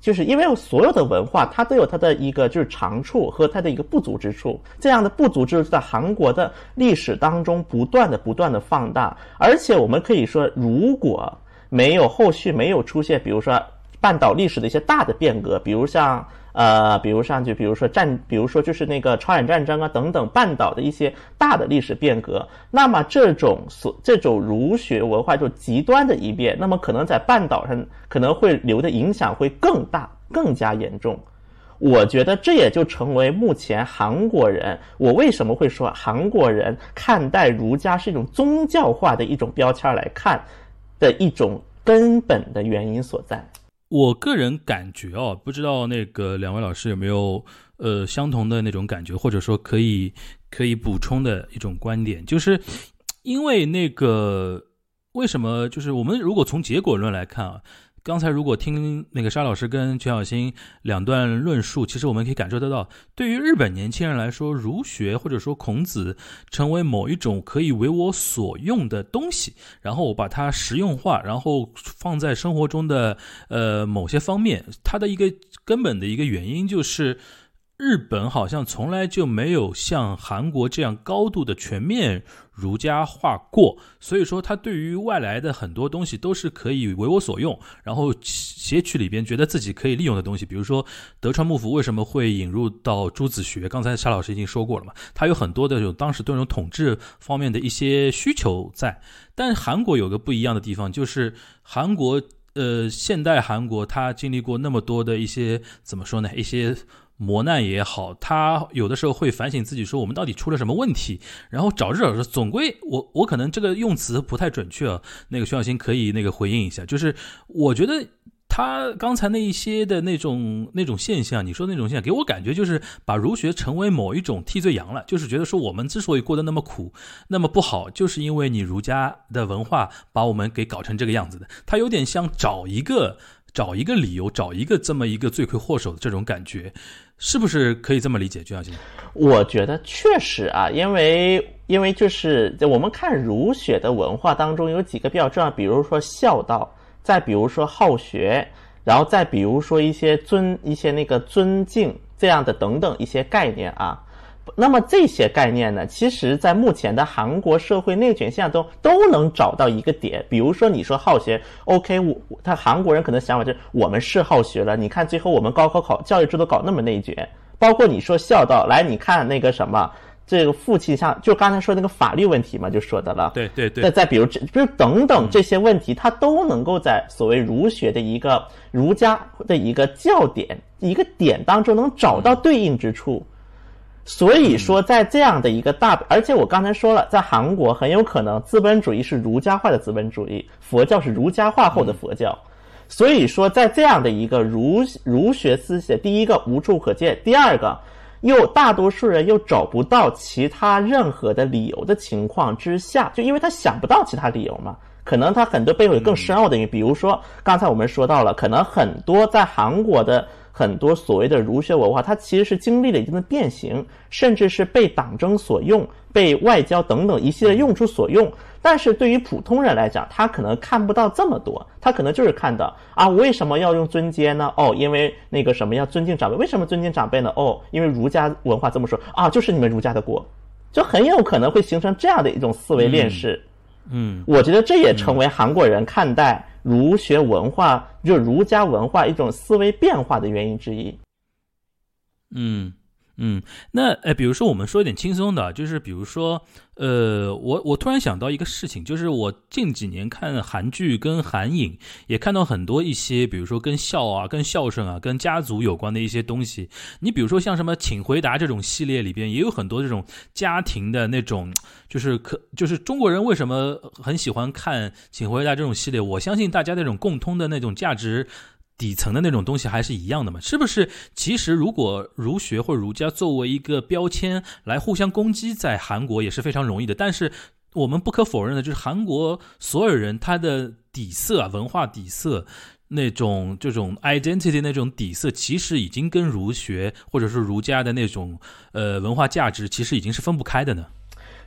就是因为所有的文化它都有它的一个就是长处和它的一个不足之处，这样的不足之处在韩国的历史当中不断的不断的放大。而且我们可以说，如果没有后续没有出现比如说半岛历史的一些大的变革，比如像呃，比如像就比如说战，比如说就是那个朝鲜战争啊等等半岛的一些大的历史变革，那么这种所这种儒学文化就极端的一变，那么可能在半岛上可能会留的影响会更大，更加严重。我觉得这也就成为目前韩国人，我为什么会说韩国人看待儒家是一种宗教化的一种标签来看的一种根本的原因所在。 我个人感觉哦，不知道那个两位老师有没有呃相同的那种感觉，或者说可以可以补充的一种观点，就是因为那个为什么就是我们如果从结果论来看啊，刚才如果听那个沙老师跟全小新两段论述，其实我们可以感受得到，对于日本年轻人来说，儒学或者说孔子成为某一种可以为我所用的东西，然后我把它实用化，然后放在生活中的呃某些方面，它的一个根本的一个原因就是日本好像从来就没有像韩国这样高度的全面儒家化过，所以说他对于外来的很多东西都是可以为我所用，然后撷取里边觉得自己可以利用的东西。比如说德川幕府为什么会引入到朱子学，刚才沙老师已经说过了嘛，他有很多的有当时对这种统治方面的一些需求在。但韩国有个不一样的地方，就是韩国呃现代韩国他经历过那么多的一些怎么说呢，一些磨难也好，他有的时候会反省自己，说我们到底出了什么问题，然后找着找着，总归我我可能这个用词不太准确啊，那个徐小新可以那个回应一下，就是我觉得他刚才那一些的那种那种现象，你说的那种现象，给我感觉就是把儒学成为某一种替罪羊了，就是觉得说我们之所以过得那么苦，那么不好，就是因为你儒家的文化把我们给搞成这个样子的，他有点像找一个找一个理由，找一个这么一个罪魁祸首的这种感觉，是不是可以这么理解？居小新， 我觉得确实啊，因为因为就是我们看儒学的文化当中有几个比较重要，比如说孝道，再比如说好学，然后再比如说一些尊一些那个尊敬这样的等等一些概念啊。那么这些概念呢，其实在目前的韩国社会内卷现象中都能找到一个点。比如说你说好学 OK， 我他韩国人可能想法就是我们是好学了，你看最后我们高考考教育制度搞那么内卷。包括你说孝道，来你看那个什么这个父亲像就刚才说那个法律问题嘛，就说的了。 对对对。 再再比如比如等等这些问题，它都能够在所谓儒学的一个儒家的一个教点一个点当中能找到对应之处。所以说在这样的一个大，而且我刚才说了，在韩国很有可能资本主义是儒家化的资本主义，佛教是儒家化后的佛教。所以说在这样的一个儒儒学思想，第一个无处可见，第二个又大多数人又找不到其他任何的理由的情况之下，就因为他想不到其他理由嘛，可能他很多背后有更深奥的原因。比如说刚才我们说到了，可能很多在韩国的很多所谓的儒学文化，它其实是经历了一定的变形，甚至是被党争所用，被外交等等一系列用处所用。但是对于普通人来讲，他可能看不到这么多，他可能就是看到啊，为什么要用尊阶呢？哦，因为那个什么要尊敬长辈。为什么尊敬长辈呢？哦，因为儒家文化这么说啊，就是你们儒家的锅，就很有可能会形成这样的一种思维链式。 嗯，嗯我觉得这也成为韩国人看待儒学文化，就儒家文化一种思维变化的原因之一。 嗯嗯，那呃，比如说我们说一点轻松的，就是比如说，呃，我我突然想到一个事情，就是我近几年看韩剧跟韩影，也看到很多一些，比如说跟孝啊、跟孝顺啊、跟家族有关的一些东西。你比如说像什么《请回答》这种系列里边，也有很多这种家庭的那种，就是可就是中国人为什么很喜欢看《请回答》这种系列？我相信大家那种共通的那种价值底层的那种东西还是一样的嘛？是不是？其实如果儒学或儒家作为一个标签来互相攻击，在韩国也是非常容易的。但是我们不可否认的就是，韩国所有人他的底色啊，文化底色，那种这种 identity 那种底色，其实已经跟儒学或者是儒家的那种呃文化价值，其实已经是分不开的呢。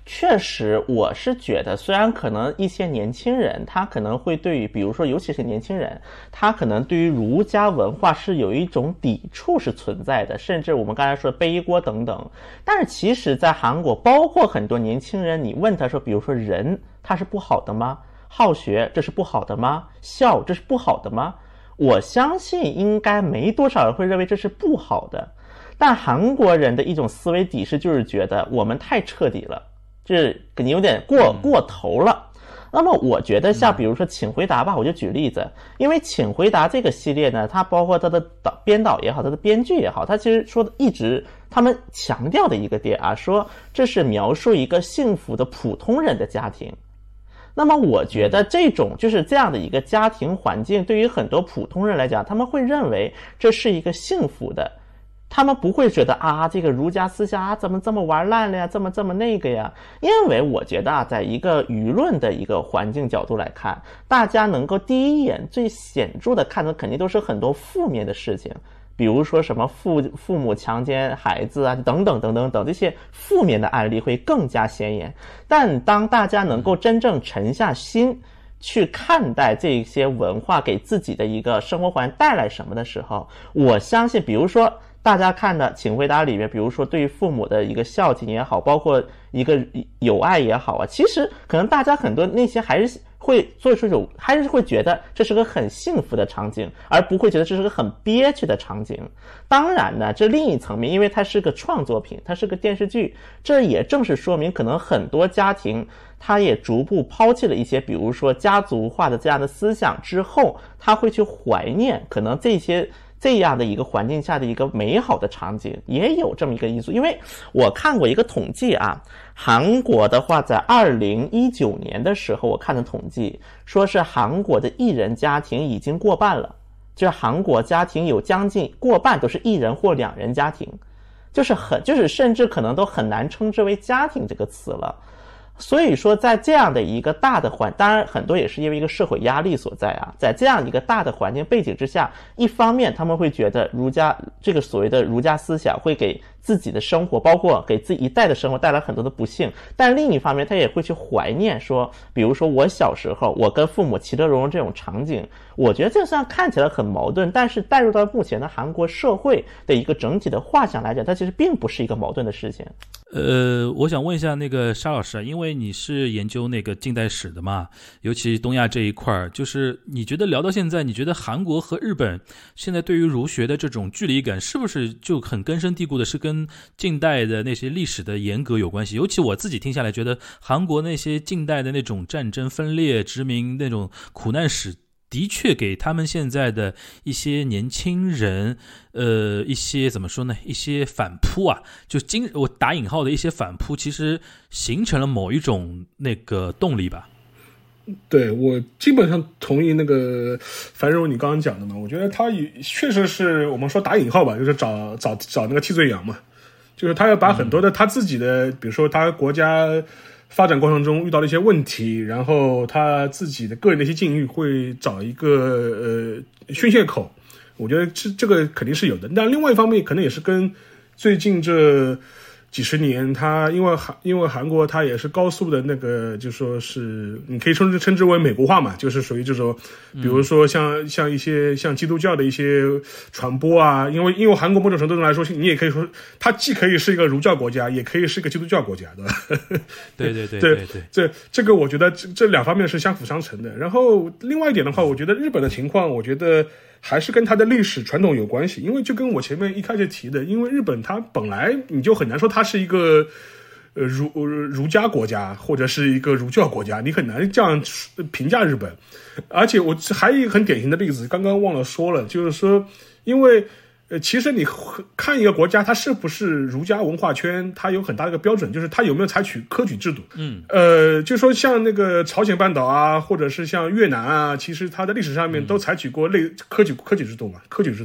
确实，我是觉得，虽然可能一些年轻人他可能会对于，比如说，尤其是年轻人，他可能对于儒家文化是有一种抵触是存在的，甚至我们刚才说的背锅等等。但是其实，在韩国，包括很多年轻人，你问他说，比如说仁，他是不好的吗？好学，这是不好的吗？孝，这是不好的吗？我相信应该没多少人会认为这是不好的。但韩国人的一种思维底式就是觉得我们太彻底了。就是肯定有点过过头了。那么我觉得像比如说请回答吧，我就举例子，因为请回答这个系列呢，它包括它的导编导也好，它的编剧也好，它其实说的一直他们强调的一个点啊，说这是描述一个幸福的普通人的家庭。那么我觉得这种就是这样的一个家庭环境，对于很多普通人来讲，他们会认为这是一个幸福的，他们不会觉得啊，这个儒家思想啊怎么这么玩烂了呀，这么这么那个呀。因为我觉得啊，在一个舆论的一个环境角度来看，大家能够第一眼最显著的看的肯定都是很多负面的事情，比如说什么父父母强奸孩子啊，等等等等等，这些负面的案例会更加显眼。但当大家能够真正沉下心去看待这些文化给自己的一个生活环境带来什么的时候，我相信，比如说大家看的请回答里面，比如说对于父母的一个孝敬也好，包括一个友爱也好啊，其实可能大家很多内心还是会做出一种，还是会觉得这是个很幸福的场景，而不会觉得这是个很憋屈的场景。当然呢，这另一层面，因为它是个创作品，它是个电视剧，这也正是说明可能很多家庭他也逐步抛弃了一些比如说家族化的这样的思想之后，他会去怀念可能这些这样的一个环境下的一个美好的场景，也有这么一个因素。因为我看过一个统计啊，韩国的话在二零一九年的时候，我看的统计说是韩国的一人家庭已经过半了，就是韩国家庭有将近过半都是一人或两人家庭，就是很就是甚至可能都很难称之为家庭这个词了。所以说在这样的一个大的环，当然很多也是因为一个社会压力所在啊，在这样一个大的环境背景之下，一方面他们会觉得儒家这个所谓的儒家思想会给自己的生活，包括给自己一代的生活带来很多的不幸，但另一方面他也会去怀念说，比如说我小时候我跟父母其乐融融这种场景。我觉得这虽然看起来很矛盾，但是带入到目前的韩国社会的一个整体的画像来讲，它其实并不是一个矛盾的事情。 呃，我想问一下那个沙老师啊，因为你是研究那个近代史的嘛，尤其东亚这一块，就是你觉得聊到现在，你觉得韩国和日本现在对于儒学的这种距离感，是不是就很根深蒂固的是跟近代的那些历史的严格有关系？尤其我自己听下来，觉得韩国那些近代的那种战争、分裂、殖民那种苦难史，的确给他们现在的一些年轻人，呃，一些怎么说呢？一些反扑啊，就今我打引号的一些反扑，其实形成了某一种那个动力吧。 对，我基本上同意那个樊柔你刚刚讲的嘛，我觉得他也确实是我们说打引号吧，就是找找找那个替罪羊嘛，就是他要把很多的他自己的，比如说他国家发展过程中遇到了一些问题，然后他自己的个人的一些境遇会找一个呃宣泄口，我觉得这这个肯定是有的。但另外一方面可能也是跟最近这几十年他因为韩因为韩国它也是高速的那个就说是你可以称之称之为美国化嘛，就是属于这种比如说像、嗯、像一些像基督教的一些传播啊，因为因为韩国某种程度上来说你也可以说它既可以是一个儒教国家也可以是一个基督教国家，对吧？ 对对对对对对， 这这个我觉得这这两方面是相辅相成的。然后另外一点的话，我觉得日本的情况我觉得还是跟它的历史传统有关系，因为就跟我前面一开始提的，因为日本它本来你就很难说它是一个呃儒儒家国家或者是一个儒教国家，你很难这样评价日本。而且我还有一个很典型的例子，刚刚忘了说了，就是说因为呃，其实你看一个国家它是不是儒家文化圈，它有很大的一个标准，就是它有没有采取科举制度。嗯，呃，就说像那个朝鲜半岛啊，或者是像越南啊，其实它的历史上面都采取过类科举科举制度嘛，科举制度。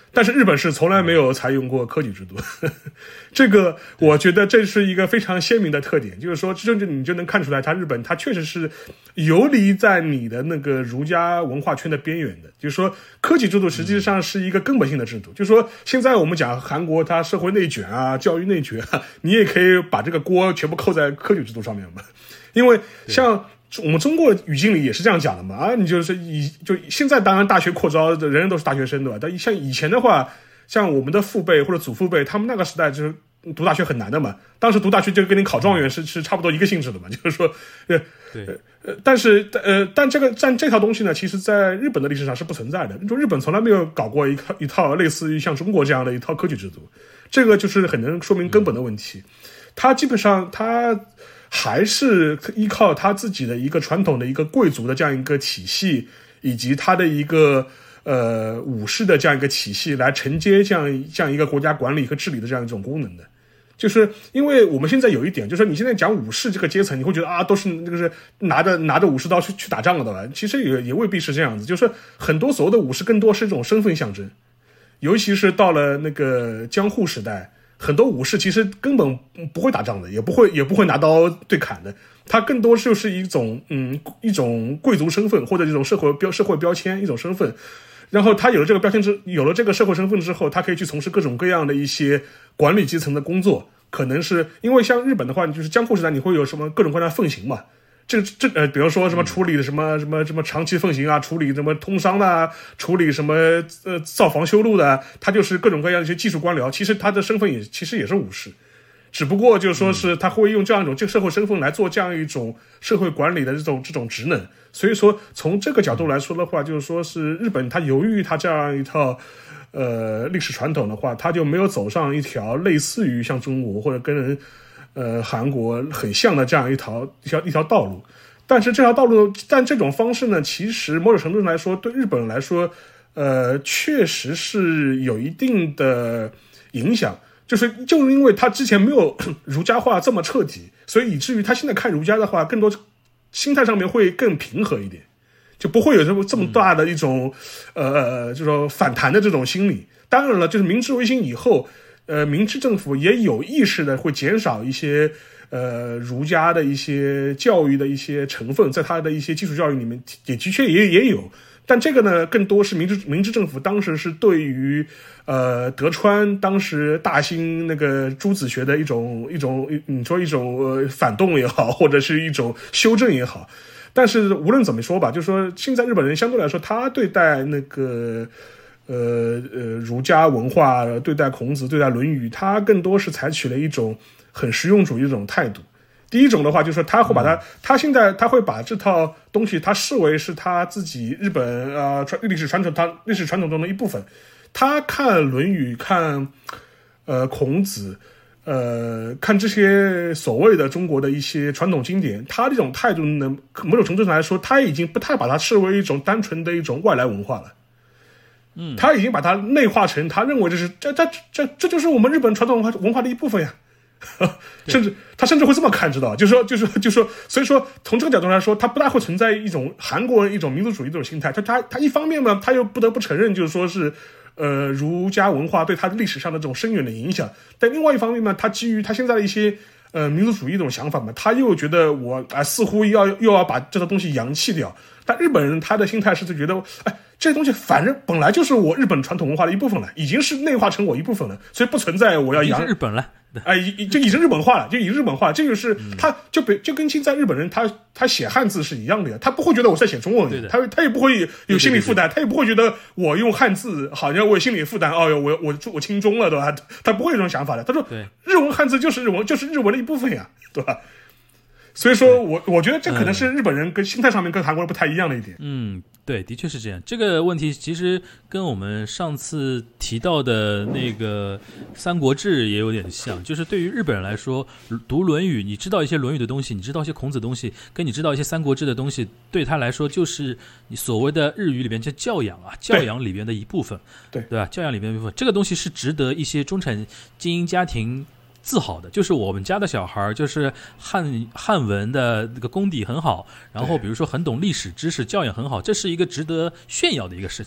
但是日本是从来没有采用过科举制度，这个我觉得这是一个非常鲜明的特点，就是说甚至你就能看出来，它日本它确实是游离在你的那个儒家文化圈的边缘的。就是说科举制度实际上是一个根本性的制度，就是说现在我们讲韩国它社会内卷啊，教育内卷啊，你也可以把这个锅全部扣在科举制度上面嘛，因为像我们中国语境里也是这样讲的嘛，啊，你就是以就现在当然大学扩招，人人都是大学生对吧？但像以前的话，像我们的父辈或者祖父辈，他们那个时代就是读大学很难的嘛，当时读大学就跟你考状元是是差不多一个性质的嘛，就是说，呃， 对， 呃，但是呃，但这个但这套东西呢，其实在日本的历史上是不存在的，就日本从来没有搞过一套一套类似于像中国这样的一套科举制度，这个就是很能说明根本的问题，它基本上它。还是依靠他自己的一个传统的一个贵族的这样一个体系，以及他的一个呃武士的这样一个体系来承接这样这样一个国家管理和治理的这样一种功能的。就是因为我们现在有一点，就是你现在讲武士这个阶层，你会觉得啊，都是那个是拿着拿着武士刀去去打仗了的吧？其实也也未必是这样子，就是很多所谓的武士更多是一种身份象征，尤其是到了那个江户时代。很多武士其实根本不会打仗的，也不会也不会拿刀对砍的，他更多就是一种嗯一种贵族身份或者一种社会标社会标签一种身份，然后他有了这个标签之有了这个社会身份之后，他可以去从事各种各样的一些管理阶层的工作，可能是因为像日本的话，就是江户时代你会有什么各种各样的奉行嘛。这这呃，比如说什么处理的什么什么什么长期奉行啊，处理什么通商的啊，处理什么呃造房修路的，他就是各种各样的一些技术官僚。其实他的身份也其实也是武士，只不过就是说是他会用这样一种这个社会身份来做这样一种社会管理的这种这种职能。所以说从这个角度来说的话，就是说是日本他由于他这样一套呃历史传统的话，他就没有走上一条类似于像中国或者跟人。呃，韩国很像的这样一条一条一条道路，但是这条道路，但这种方式呢，其实某种程度上来说，对日本人来说，呃，确实是有一定的影响。就是就是因为他之前没有儒家化这么彻底，所以以至于他现在看儒家的话，更多心态上面会更平和一点，就不会有这么这么大的一种呃呃，就说反弹的这种心理。当然了，就是明治维新以后。呃，明治政府也有意识的会减少一些呃儒家的一些教育的一些成分，在他的一些基础教育里面也的确也也有，但这个呢，更多是明治明治政府当时是对于呃德川当时大兴那个朱子学的一种一种你说一种呃反动也好，或者是一种修正也好，但是无论怎么说吧，就是说现在日本人相对来说，他对待那个。呃呃，儒家文化对待孔子、对待《论语》，他更多是采取了一种很实用主义的这种态度。第一种的话，就是说他会把它，嗯、他现在他会把这套东西，他视为是他自己日本啊传、呃、历史传统，他历史传统中的一部分。他看《论语》，看呃孔子，呃看这些所谓的中国的一些传统经典，他这种态度呢，某种程度上来说，他已经不太把它视为一种单纯的一种外来文化了。嗯，他已经把它内化成他认为这是这这这这就是我们日本传统文化文化的一部分呀，甚至他甚至会这么看，知道？就是说就是就是说，所以说从这个角度来说，他不大会存在一种韩国人一种民族主义这种心态。他他他一方面呢，他又不得不承认，就是说是呃儒家文化对他历史上的这种深远的影响，但另外一方面呢，他基于他现在的一些呃民族主义这种想法嘛，他又觉得我啊、呃、似乎要又要把这个东西扬弃掉。但日本人他的心态是就觉得，哎，这东西反正本来就是我日本传统文化的一部分了，已经是内化成我一部分了，所以不存在我要扬日本了， 哎，就已经日本化了，就已经日本化了。这个是他就比就跟现在日本人他他写汉字是一样的呀，他不会觉得我在写中文的，他他也不会有心理负担，他也不会觉得我用汉字好像我有心理负担，哦哟，我我我轻中了，对吧？他不会有这种想法的。他说，日文汉字就是日文，就是日文的一部分呀，对吧？所以说我我觉得这可能是日本人跟心态上面跟韩国人不太一样的一点。 嗯，对，的确是这样。这个问题其实跟我们上次提到的那个《三国志》也有点像，就是对于日本人来说，读《论语》，你知道一些《论语》的东西，你知道一些孔子的东西，跟你知道一些《三国志》的东西，对他来说就是你所谓的日语里边叫教养啊，教养里边的一部分， 对对吧？教养里边的一部分，这个东西是值得一些中产精英家庭自豪的，就是我们家的小孩就是汉汉文的那个功底很好，然后比如说很懂历史知识，教养很好，这是一个值得炫耀的一个事情。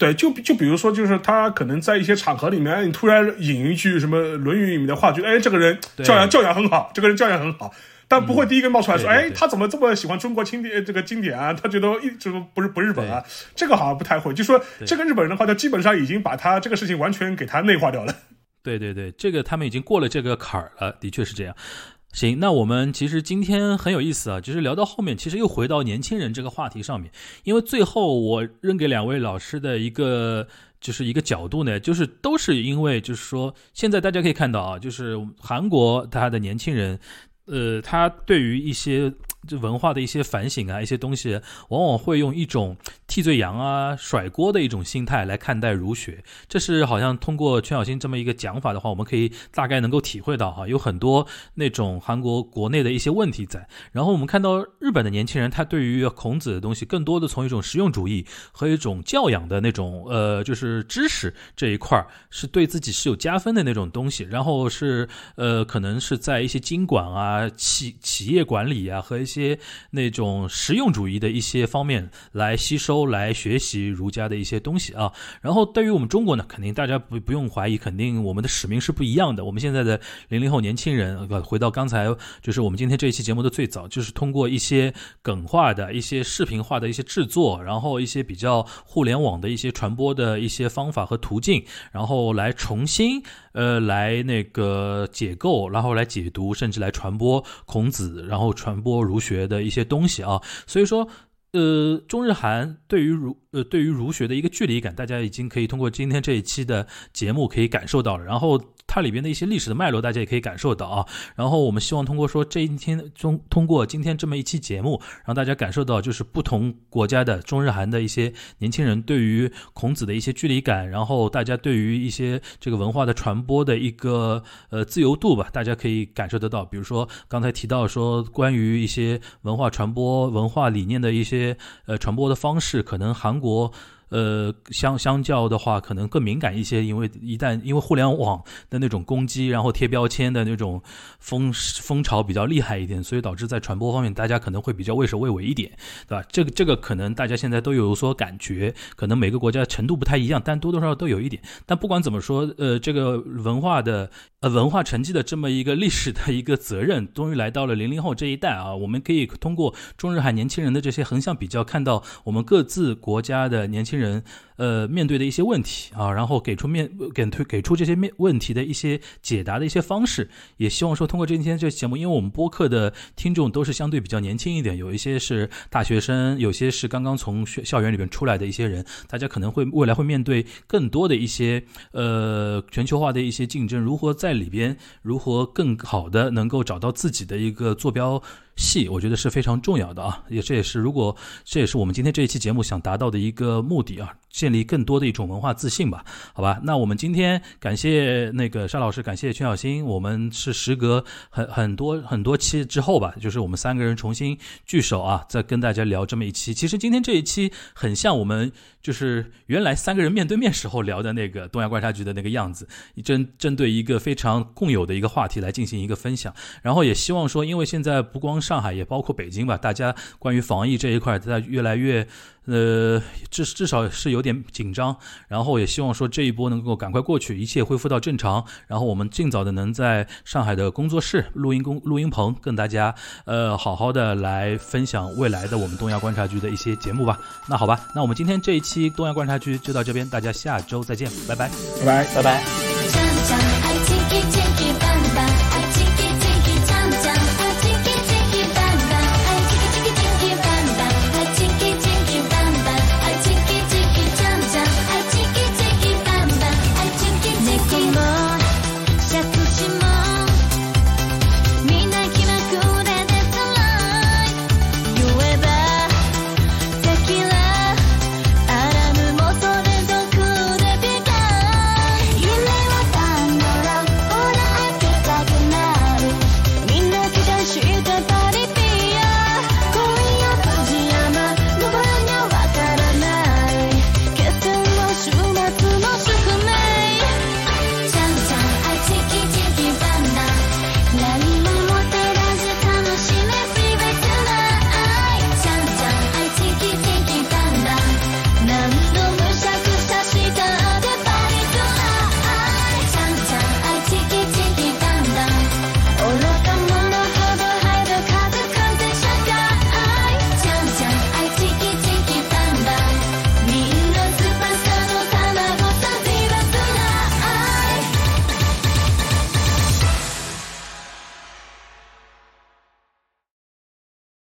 对，就就比如说，就是他可能在一些场合里面，你突然引一句什么《论语》里面的话，觉得哎，这个人教养教养很好，这个人教养很好，但不会第一个冒出来说，嗯、哎，他怎么这么喜欢中国经典这个经典啊？他觉得一直不是不日本啊，这个好像不太会。就说这个日本人的话，他基本上已经把他这个事情完全给他内化掉了。 对对对，这个他们已经过了这个坎儿了，的确是这样。行，那我们其实今天很有意思啊，就是聊到后面，其实又回到年轻人这个话题上面，因为最后我扔给两位老师的一个就是一个角度呢，就是都是因为就是说，现在大家可以看到啊，就是韩国他的年轻人，呃，他对于一些就文化的一些反省啊，一些东西，往往会用一种替罪羊啊、甩锅的一种心态来看待儒学。这是好像通过全小新这么一个讲法的话，我们可以大概能够体会到哈，有很多那种韩国国内的一些问题在。然后我们看到日本的年轻人，他对于孔子的东西，更多的从一种实用主义和一种教养的那种呃，就是知识这一块，是对自己是有加分的那种东西。然后是呃，可能是在一些经管啊、企企业管理啊和一些一些那种实用主义的一些方面来吸收来学习儒家的一些东西啊。然后对于我们中国呢，肯定大家不不用怀疑，肯定我们的使命是不一样的。我们现在的零零后年轻人，回到刚才就是我们今天这一期节目的最早，就是通过一些梗化的一些视频化的一些制作，然后一些比较互联网的一些传播的一些方法和途径，然后来重新呃来那个解构，然后来解读，甚至来传播孔子，然后传播儒学的一些东西啊。所以说呃，中日韩对于儒呃对于儒学的一个距离感，大家已经可以通过今天这一期的节目可以感受到了。然后它里边的一些历史的脉络，大家也可以感受到啊。然后我们希望通过说这一天中，通过今天这么一期节目，让大家感受到就是不同国家的中日韩的一些年轻人对于孔子的一些距离感，然后大家对于一些这个文化的传播的一个呃自由度吧，大家可以感受得到。比如说刚才提到说关于一些文化传播、文化理念的一些呃传播的方式，可能韩国。呃，相相较的话，可能更敏感一些，因为一旦因为互联网的那种攻击，然后贴标签的那种风风潮比较厉害一点，所以导致在传播方面，大家可能会比较畏首畏尾一点，对吧？这个这个可能大家现在都有所感觉，可能每个国家程度不太一样，但多多少少都有一点。但不管怎么说，呃，这个文化的呃文化沉积的这么一个历史的一个责任，终于来到了零零后这一代啊，我们可以通过中日韩年轻人的这些横向比较，看到我们各自国家的年轻人。人呃面对的一些问题啊，然后给出面给给出这些面问题的一些解答的一些方式，也希望说通过今天这节目，因为我们播客的听众都是相对比较年轻一点，有一些是大学生，有些是刚刚从学校园里边出来的一些人，大家可能会未来会面对更多的一些呃全球化的一些竞争，如何在里边如何更好的能够找到自己的一个坐标系，我觉得是非常重要的啊，也这也是如果这也是我们今天这一期节目想达到的一个目的啊，建立更多的一种文化自信吧，好吧？那我们今天感谢那个沙老师，感谢全小新，我们是时隔很很多很多期之后吧，就是我们三个人重新聚首啊，再跟大家聊这么一期。其实今天这一期很像我们就是原来三个人面对面时候聊的那个东亚观察局的那个样子，针针对一个非常共有的一个话题来进行一个分享。然后也希望说，因为现在不光上海也包括北京吧，大家关于防疫这一块在越来越呃至至少是有点紧张，然后也希望说这一波能够赶快过去，一切恢复到正常，然后我们尽早的能在上海的工作室录音工录音棚跟大家呃好好的来分享未来的我们东亚观察局的一些节目吧。那好吧，那我们今天这一期东亚观察局就到这边，大家下周再见，拜拜， 拜拜， 拜拜。